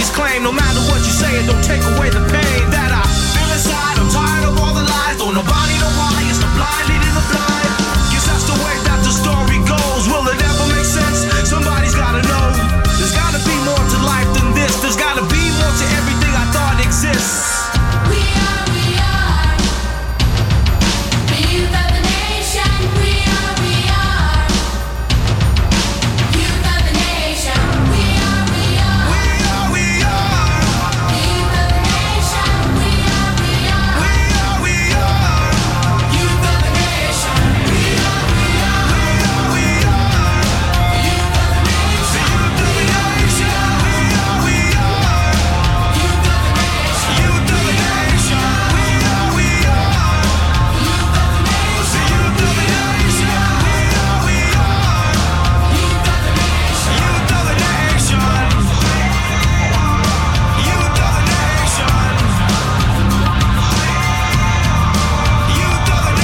this claim. No matter what you say, it don't take away the pain that I feel inside. I'm tired of all the lies. Don't nobody know why. It's the blind leading the blind. Guess that's the way that the story goes. Will it ever make sense? Somebody's gotta know. There's gotta be more to life than this. There's gotta be more to everything I thought exists. We are, we are the youth of the nation. We are, we are youth of the nation. We are, we are. We are, we are the youth of the nation. We are, we are. We are, we are youth of the nation. We are, we are. We are, we are the youth of the nation. Youth of the nation. We are, we are youth of the nation. Youth of the nation. We are, we are youth of the nation. Youth of the nation. We are, we are youth of the nation. Youth of the nation. Youth of the nation. Youth of the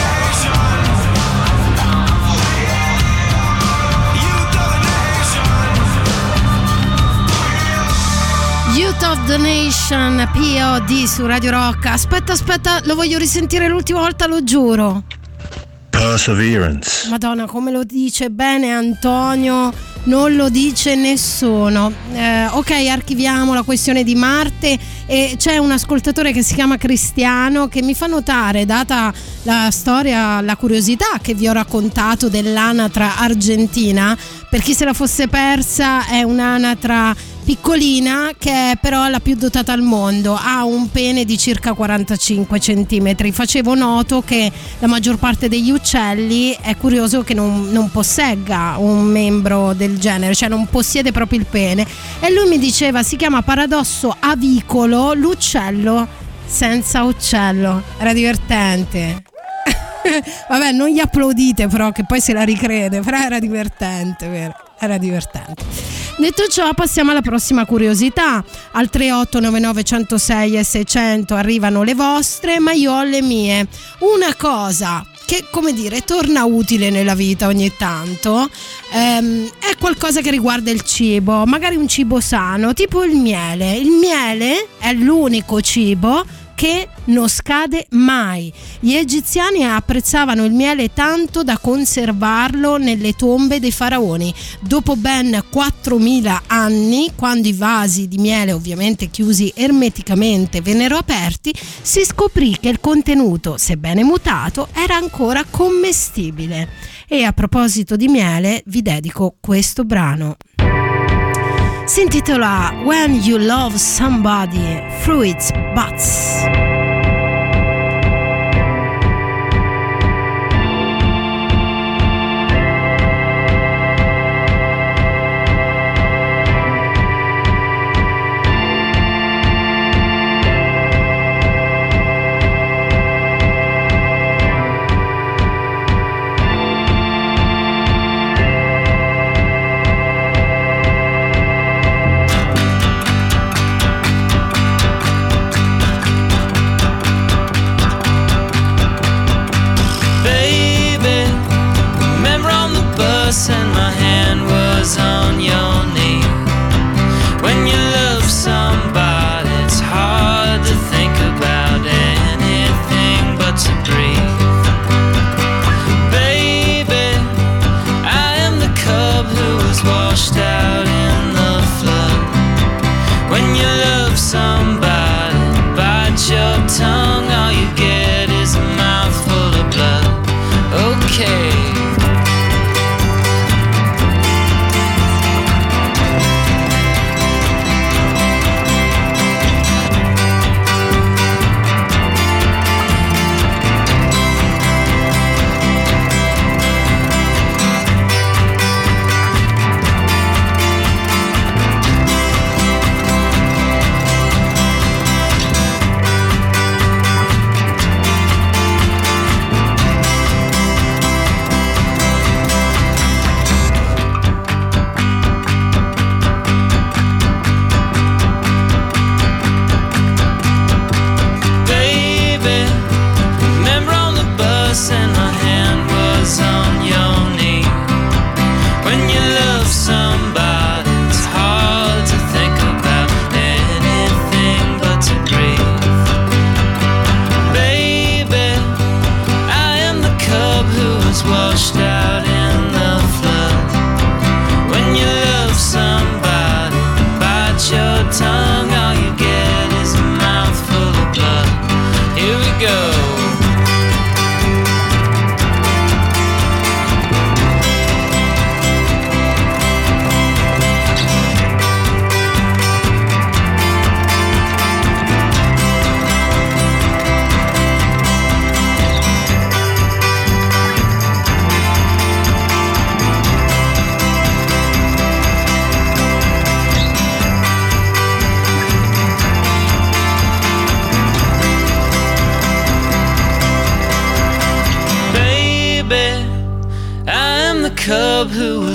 nation. Youth of the Nation, P O D su Radio Rock. Aspetta, aspetta, lo voglio risentire l'ultima volta, lo giuro. Perseverance. Madonna, come lo dice bene Antonio, non lo dice nessuno. Eh, ok, archiviamo la questione di Marte e c'è un ascoltatore che si chiama Cristiano che mi fa notare, data la storia, la curiosità che vi ho raccontato dell'anatra argentina, per chi se la fosse persa, è un'anatra piccolina che è però la più dotata al mondo, ha un pene di circa quarantacinque centimetri. Facevo noto che la maggior parte degli uccelli è curioso che non, non possegga un membro del genere, cioè non possiede proprio il pene, e lui mi diceva si chiama paradosso avicolo, l'uccello senza uccello. Era divertente. Vabbè, non gli applaudite però che poi se la ricrede, però era divertente, vero? Era divertente. Detto ciò, passiamo alla prossima curiosità. Al tre otto nove nove uno zero sei e seicento arrivano le vostre, ma io ho le mie. Una cosa che, come dire, torna utile nella vita ogni tanto, ehm, è qualcosa che riguarda il cibo, magari un cibo sano, tipo il miele. Il miele è l'unico cibo che non scade mai. Gli egiziani apprezzavano il miele tanto da conservarlo nelle tombe dei faraoni. Dopo ben quattromila anni, quando i vasi di miele, ovviamente chiusi ermeticamente, vennero aperti, si scoprì che il contenuto, sebbene mutato, era ancora commestibile. E a proposito di miele, vi dedico questo brano. Si intitola When You Love Somebody, Fruits Butts.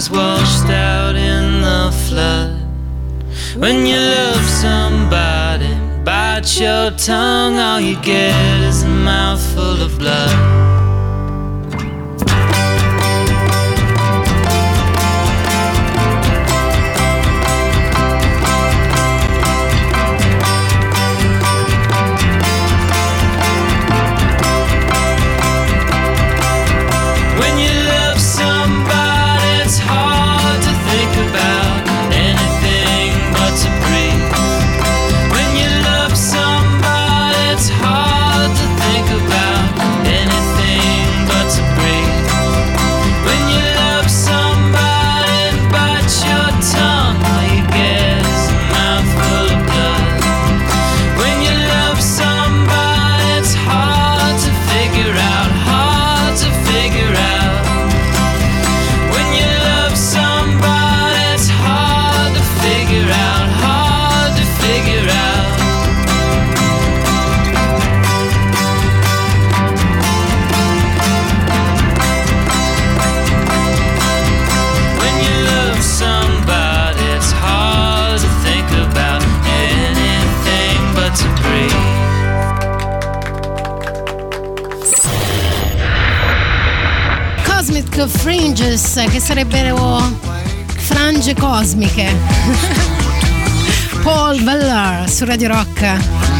was washed out in the flood. When you love somebody, bite your tongue, all you get is a mouthful of blood. Fringes, che sarebbero frange cosmiche. Paul Weller su Radio Rock.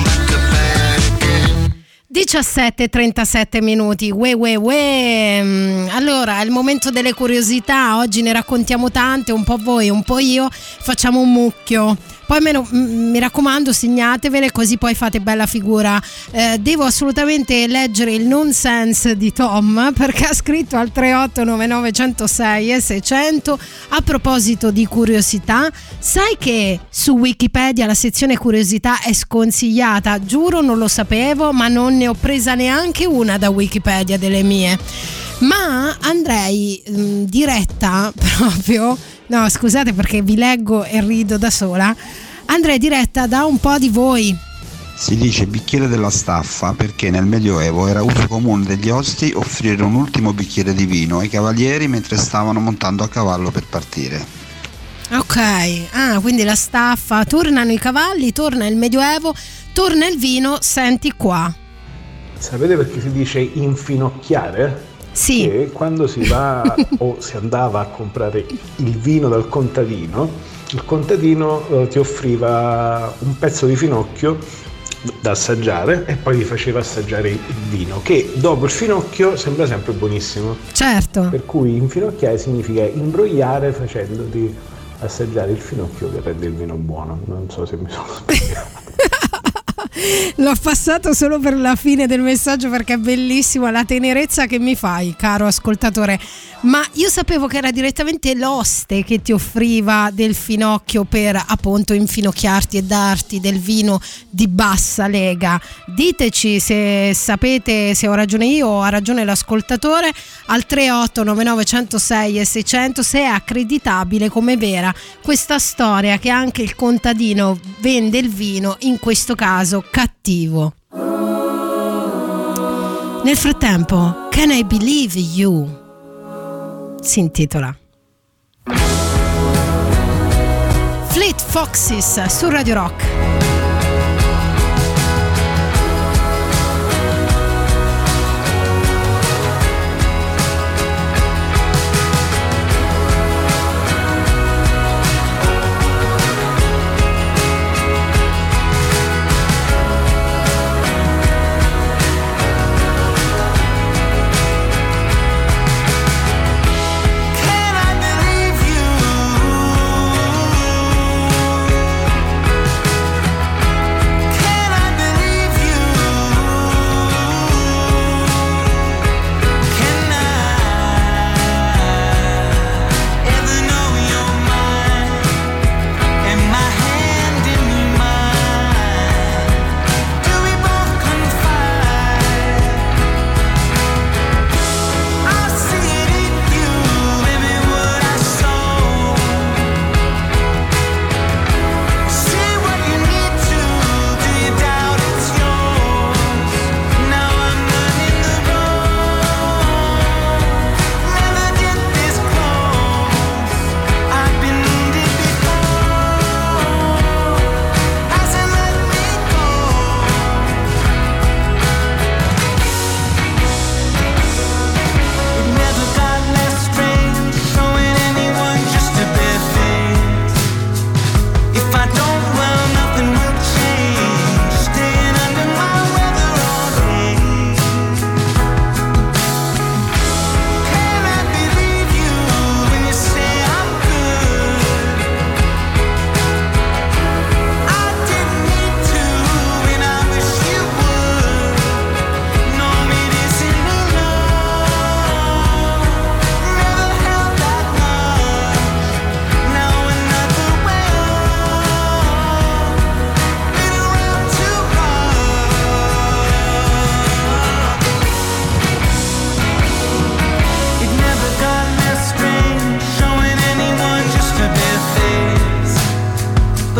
diciassette e trentasette minuti. Ue ue ue. Allora, è il momento delle curiosità. Oggi ne raccontiamo tante, un po' voi, un po' io. Facciamo un mucchio. Poi me lo, mi raccomando, segnatevele così poi fate bella figura. Eh, devo assolutamente leggere il nonsense di Tom, perché ha scritto al tre otto nove nove uno zero sei seicento a proposito di curiosità. Sai che su Wikipedia la sezione curiosità è sconsigliata? Giuro, non lo sapevo, ma non ne ho presa neanche una da Wikipedia delle mie. Ma andrei mh, diretta proprio, no scusate perché vi leggo e rido da sola, andrei diretta da un po' di voi. Si dice bicchiere della staffa perché nel Medioevo era uso comune degli osti offrire un ultimo bicchiere di vino ai cavalieri mentre stavano montando a cavallo per partire. Ok, ah, quindi la staffa, tornano i cavalli, torna il Medioevo, torna il vino, senti qua. Sapete perché si dice infinocchiare? Sì. Che quando si va o si andava a comprare il vino dal contadino, il contadino eh, ti offriva un pezzo di finocchio da assaggiare e poi ti faceva assaggiare il vino, che dopo il finocchio sembra sempre buonissimo. Certo. Per cui infinocchiare significa imbrogliare facendoti assaggiare il finocchio che rende il vino buono. Non so se mi sono spiegato. L'ho passato solo per la fine del messaggio perché è bellissima la tenerezza che mi fai, caro ascoltatore. Ma io sapevo che era direttamente l'oste che ti offriva del finocchio per appunto infinocchiarti e darti del vino di bassa lega. Diteci se sapete, se ho ragione io o ha ragione l'ascoltatore, al tre otto nove nove uno zero sei seicento, se è accreditabile come vera questa storia che anche il contadino vende il vino, in questo caso cattivo. Nel frattempo, Can I Believe You si intitola. Fleet Foxes su Radio Rock. Can I believe you?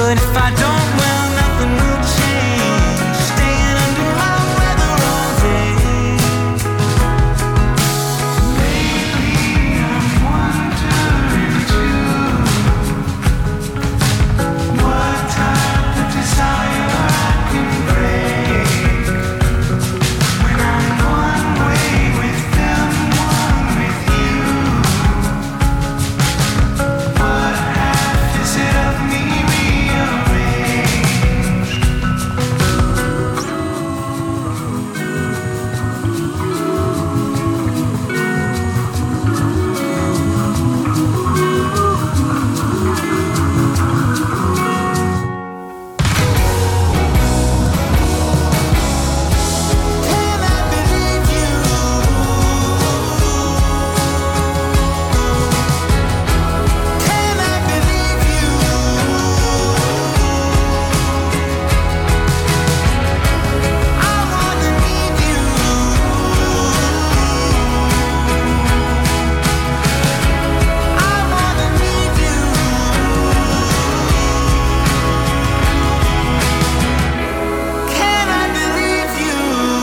But if I don't, well, nothing will change. Staying under my weather all day. Lately I'm wondering too, what type of desire I can break when I'm one way with them, one with you. What half is it of me rearranged? Can I believe you? Can I believe you? I wanna need you. I wanna need you. Can I believe you?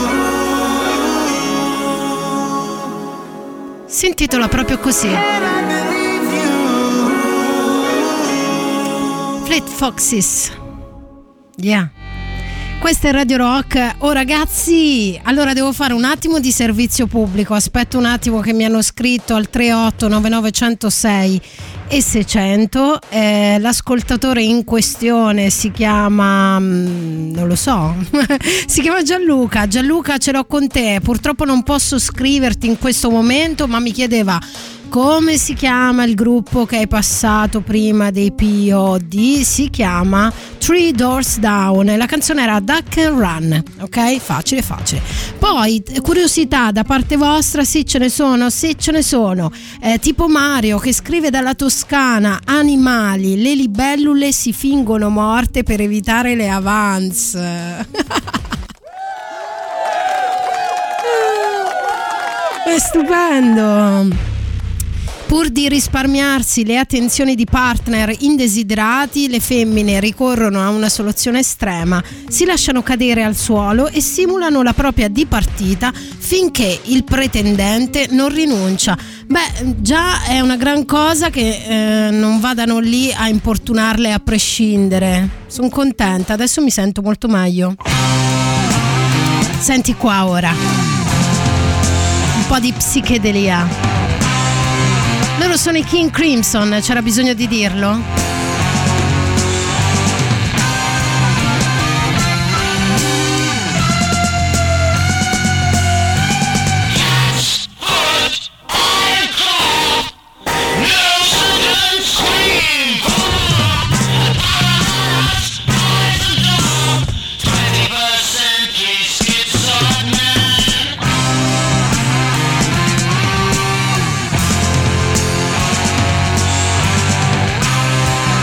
Si intitola proprio così. Fleet Foxes. Yeah. Questa è Radio Rock. Oh ragazzi, allora devo fare un attimo di servizio pubblico. Aspetto un attimo che mi hanno scritto al tre otto nove nove zero zero sei e seicento. Eh, l'ascoltatore in questione si chiama mm, non lo so si chiama Gianluca. Gianluca, ce l'ho con te. Purtroppo non posso scriverti in questo momento, ma mi chiedeva come si chiama il gruppo che hai passato prima dei P O D. Si chiama Three Doors Down e la canzone era Duck and Run. Ok, facile facile. Poi curiosità da parte vostra, sì ce ne sono, sì ce ne sono. Eh, tipo Mario che scrive dalla Toscana: animali, le libellule si fingono morte per evitare le avance. È stupendo. Pur di risparmiarsi le attenzioni di partner indesiderati, le femmine ricorrono a una soluzione estrema: si lasciano cadere al suolo e simulano la propria dipartita finché il pretendente non rinuncia. Beh, già è una gran cosa che eh, non vadano lì a importunarle a prescindere. Sono contenta, adesso mi sento molto meglio. Senti qua ora un po' di psichedelia. Loro sono i King Crimson, c'era bisogno di dirlo? Twenty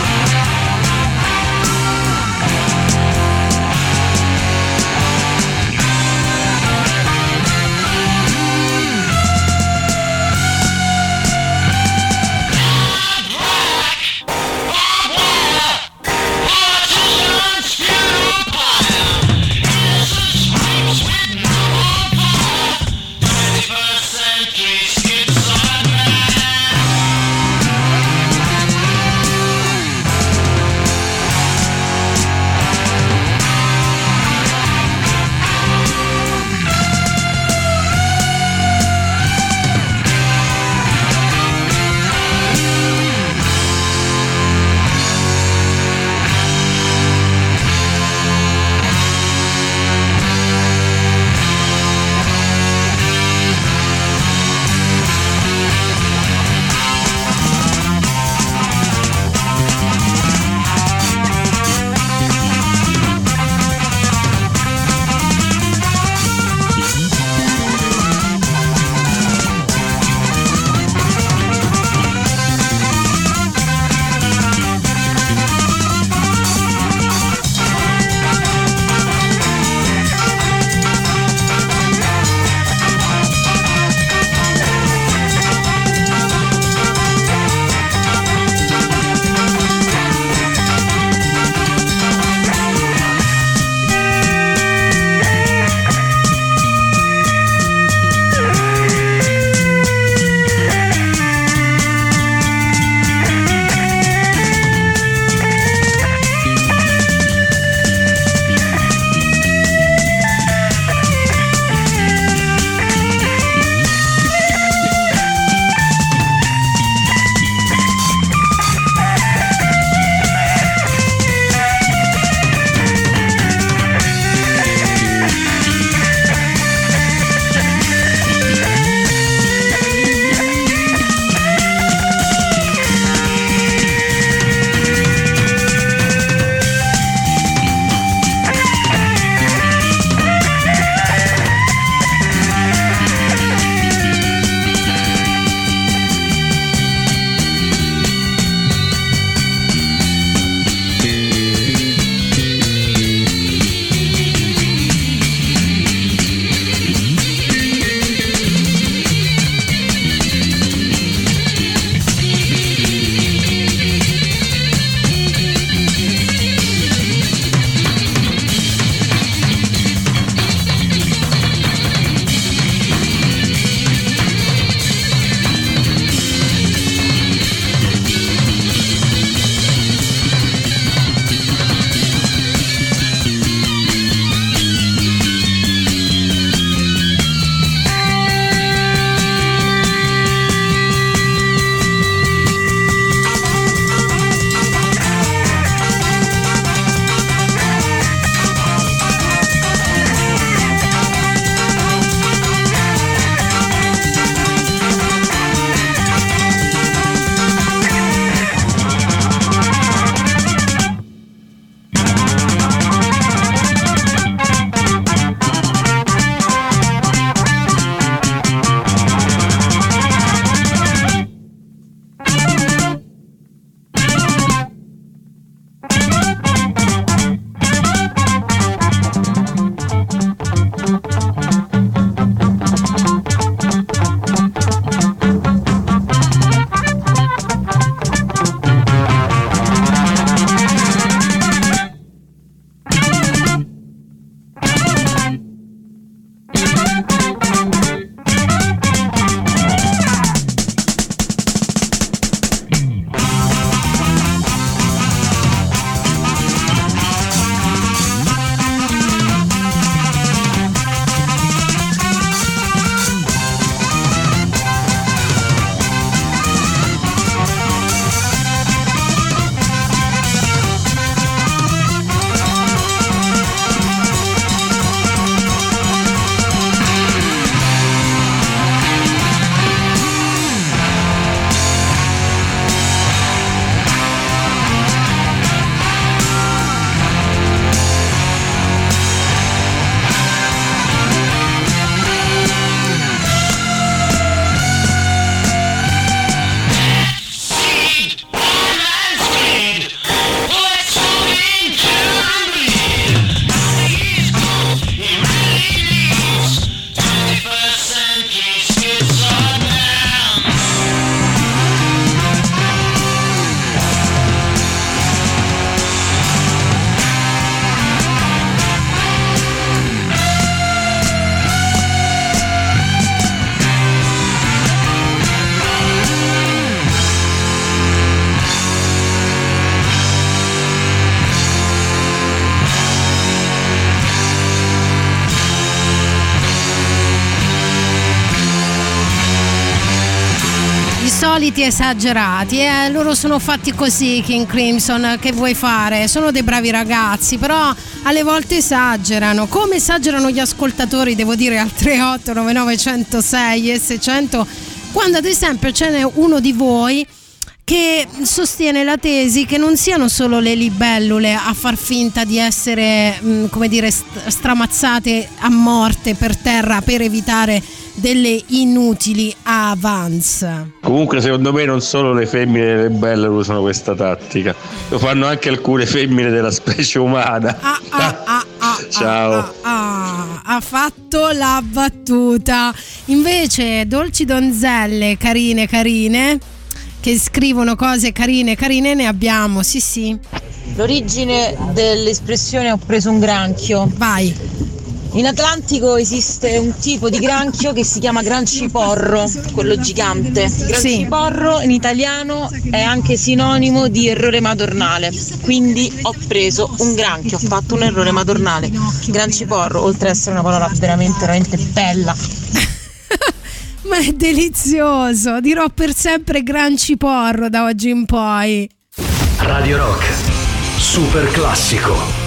soliti esagerati, eh? Loro sono fatti così, King Crimson, che vuoi fare? Sono dei bravi ragazzi, però alle volte esagerano, come esagerano gli ascoltatori, devo dire, al tre otto nove nove uno zero sei e seicento, quando ad esempio ce n'è uno di voi che sostiene la tesi che non siano solo le libellule a far finta di essere, mh, come dire, st- stramazzate a morte per terra per evitare delle inutili avance. Comunque secondo me non solo le femmine delle belle usano questa tattica, lo fanno anche alcune femmine della specie umana. Ah, ah, ah, ah, Ciao. ah, ah, ha fatto la battuta. Invece dolci donzelle carine carine che scrivono cose carine carine ne abbiamo, sì sì. L'origine dell'espressione ho preso un granchio. Vai. In Atlantico esiste un tipo di granchio che si chiama granciporro, quello gigante. Granciporro in italiano è anche sinonimo di errore madornale, quindi ho preso un granchio, ho fatto un errore madornale. Granciporro, oltre ad essere una parola veramente, veramente bella. Ma è delizioso, dirò per sempre granciporro da oggi in poi. Radio Rock, super classico.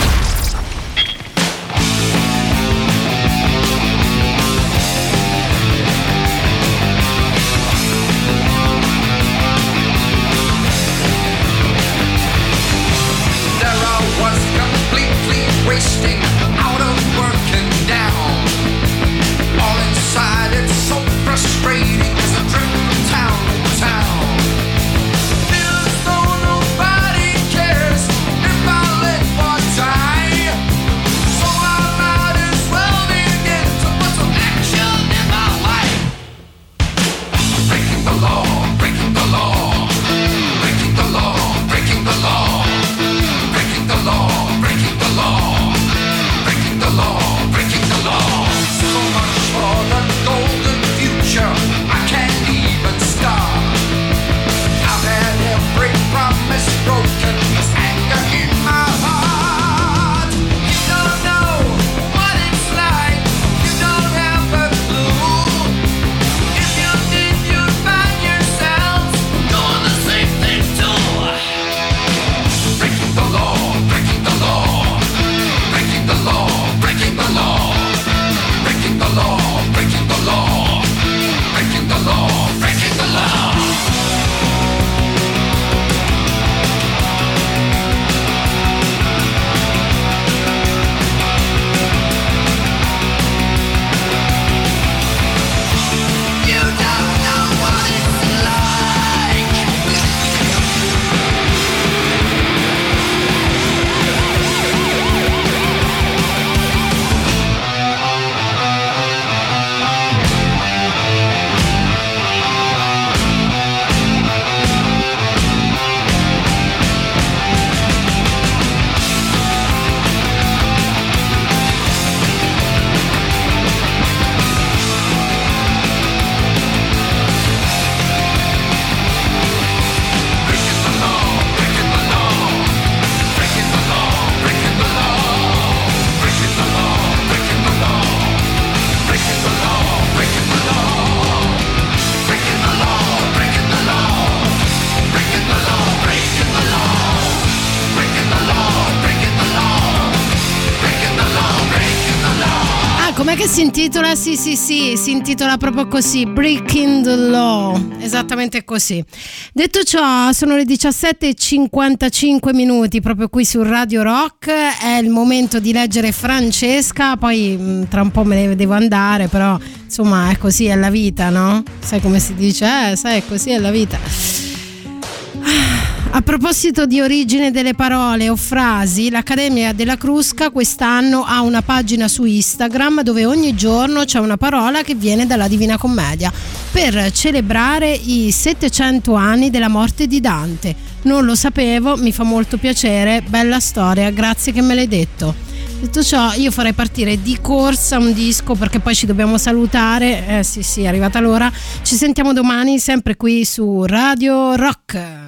Wasting out of work and down. All inside it's so frustrating as I trip from town to town. Feels though nobody cares if I live or die. So I might as well begin to put some action in my life. Breaking the law, breaking the law, breaking the law, breaking the law, breaking the law, breaking the law. The law, breaking the law. So much for the golden future, I can't even start. I've had every promise broken, there's anger in my heart. You don't know what it's like, you don't have a clue. If you did, you'd find yourself doing the same thing too. Breaking the law, breaking the law, breaking the law. Breaking the law, breaking the law, breaking the law, breaking the law, breaking the law. You don't know what it's like. Com'è che si intitola? Sì, sì, sì, si intitola proprio così, Breaking the Law, esattamente così. Detto ciò, sono le diciassette e cinquantacinque minuti proprio qui su Radio Rock, è il momento di leggere Francesca, poi tra un po' me ne devo andare, però insomma è così, è la vita, no? Sai come si dice? Eh, sai, così è la vita. A proposito di origine delle parole o frasi, l'Accademia della Crusca quest'anno ha una pagina su Instagram dove ogni giorno c'è una parola che viene dalla Divina Commedia per celebrare i settecento anni della morte di Dante. Non lo sapevo, mi fa molto piacere, bella storia, grazie che me l'hai detto. Detto ciò, io farei partire di corsa un disco perché poi ci dobbiamo salutare. Eh sì sì, è arrivata l'ora. Ci sentiamo domani sempre qui su Radio Rock.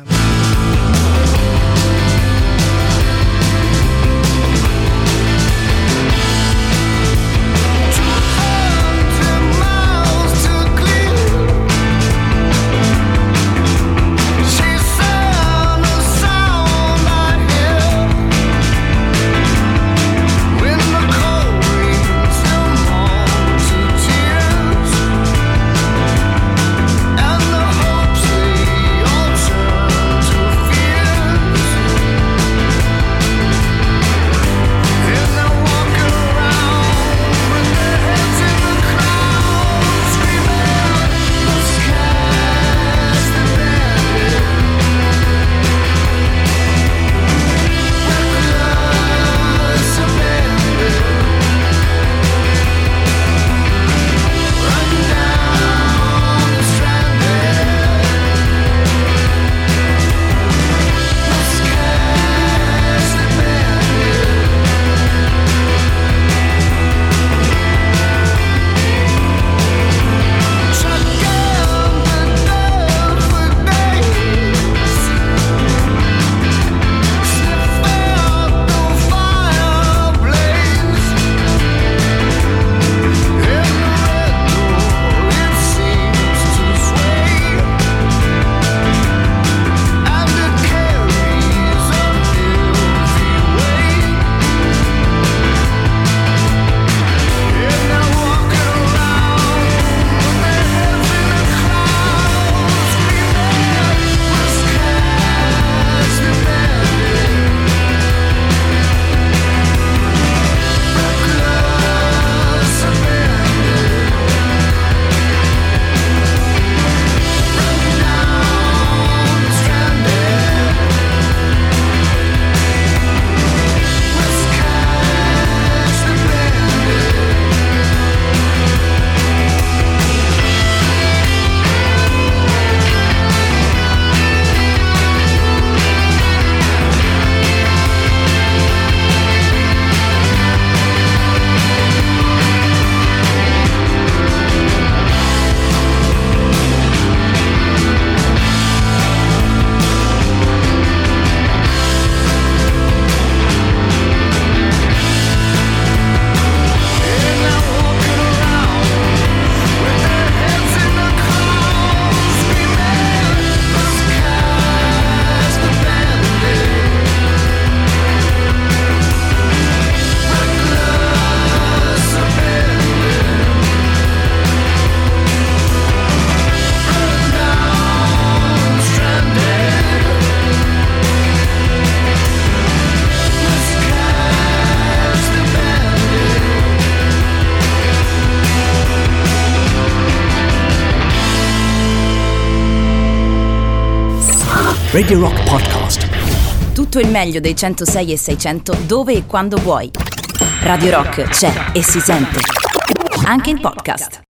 Radio Rock Podcast. Tutto il meglio dei centosei e seicento dove e quando vuoi. Radio Rock c'è e si sente. Anche in podcast.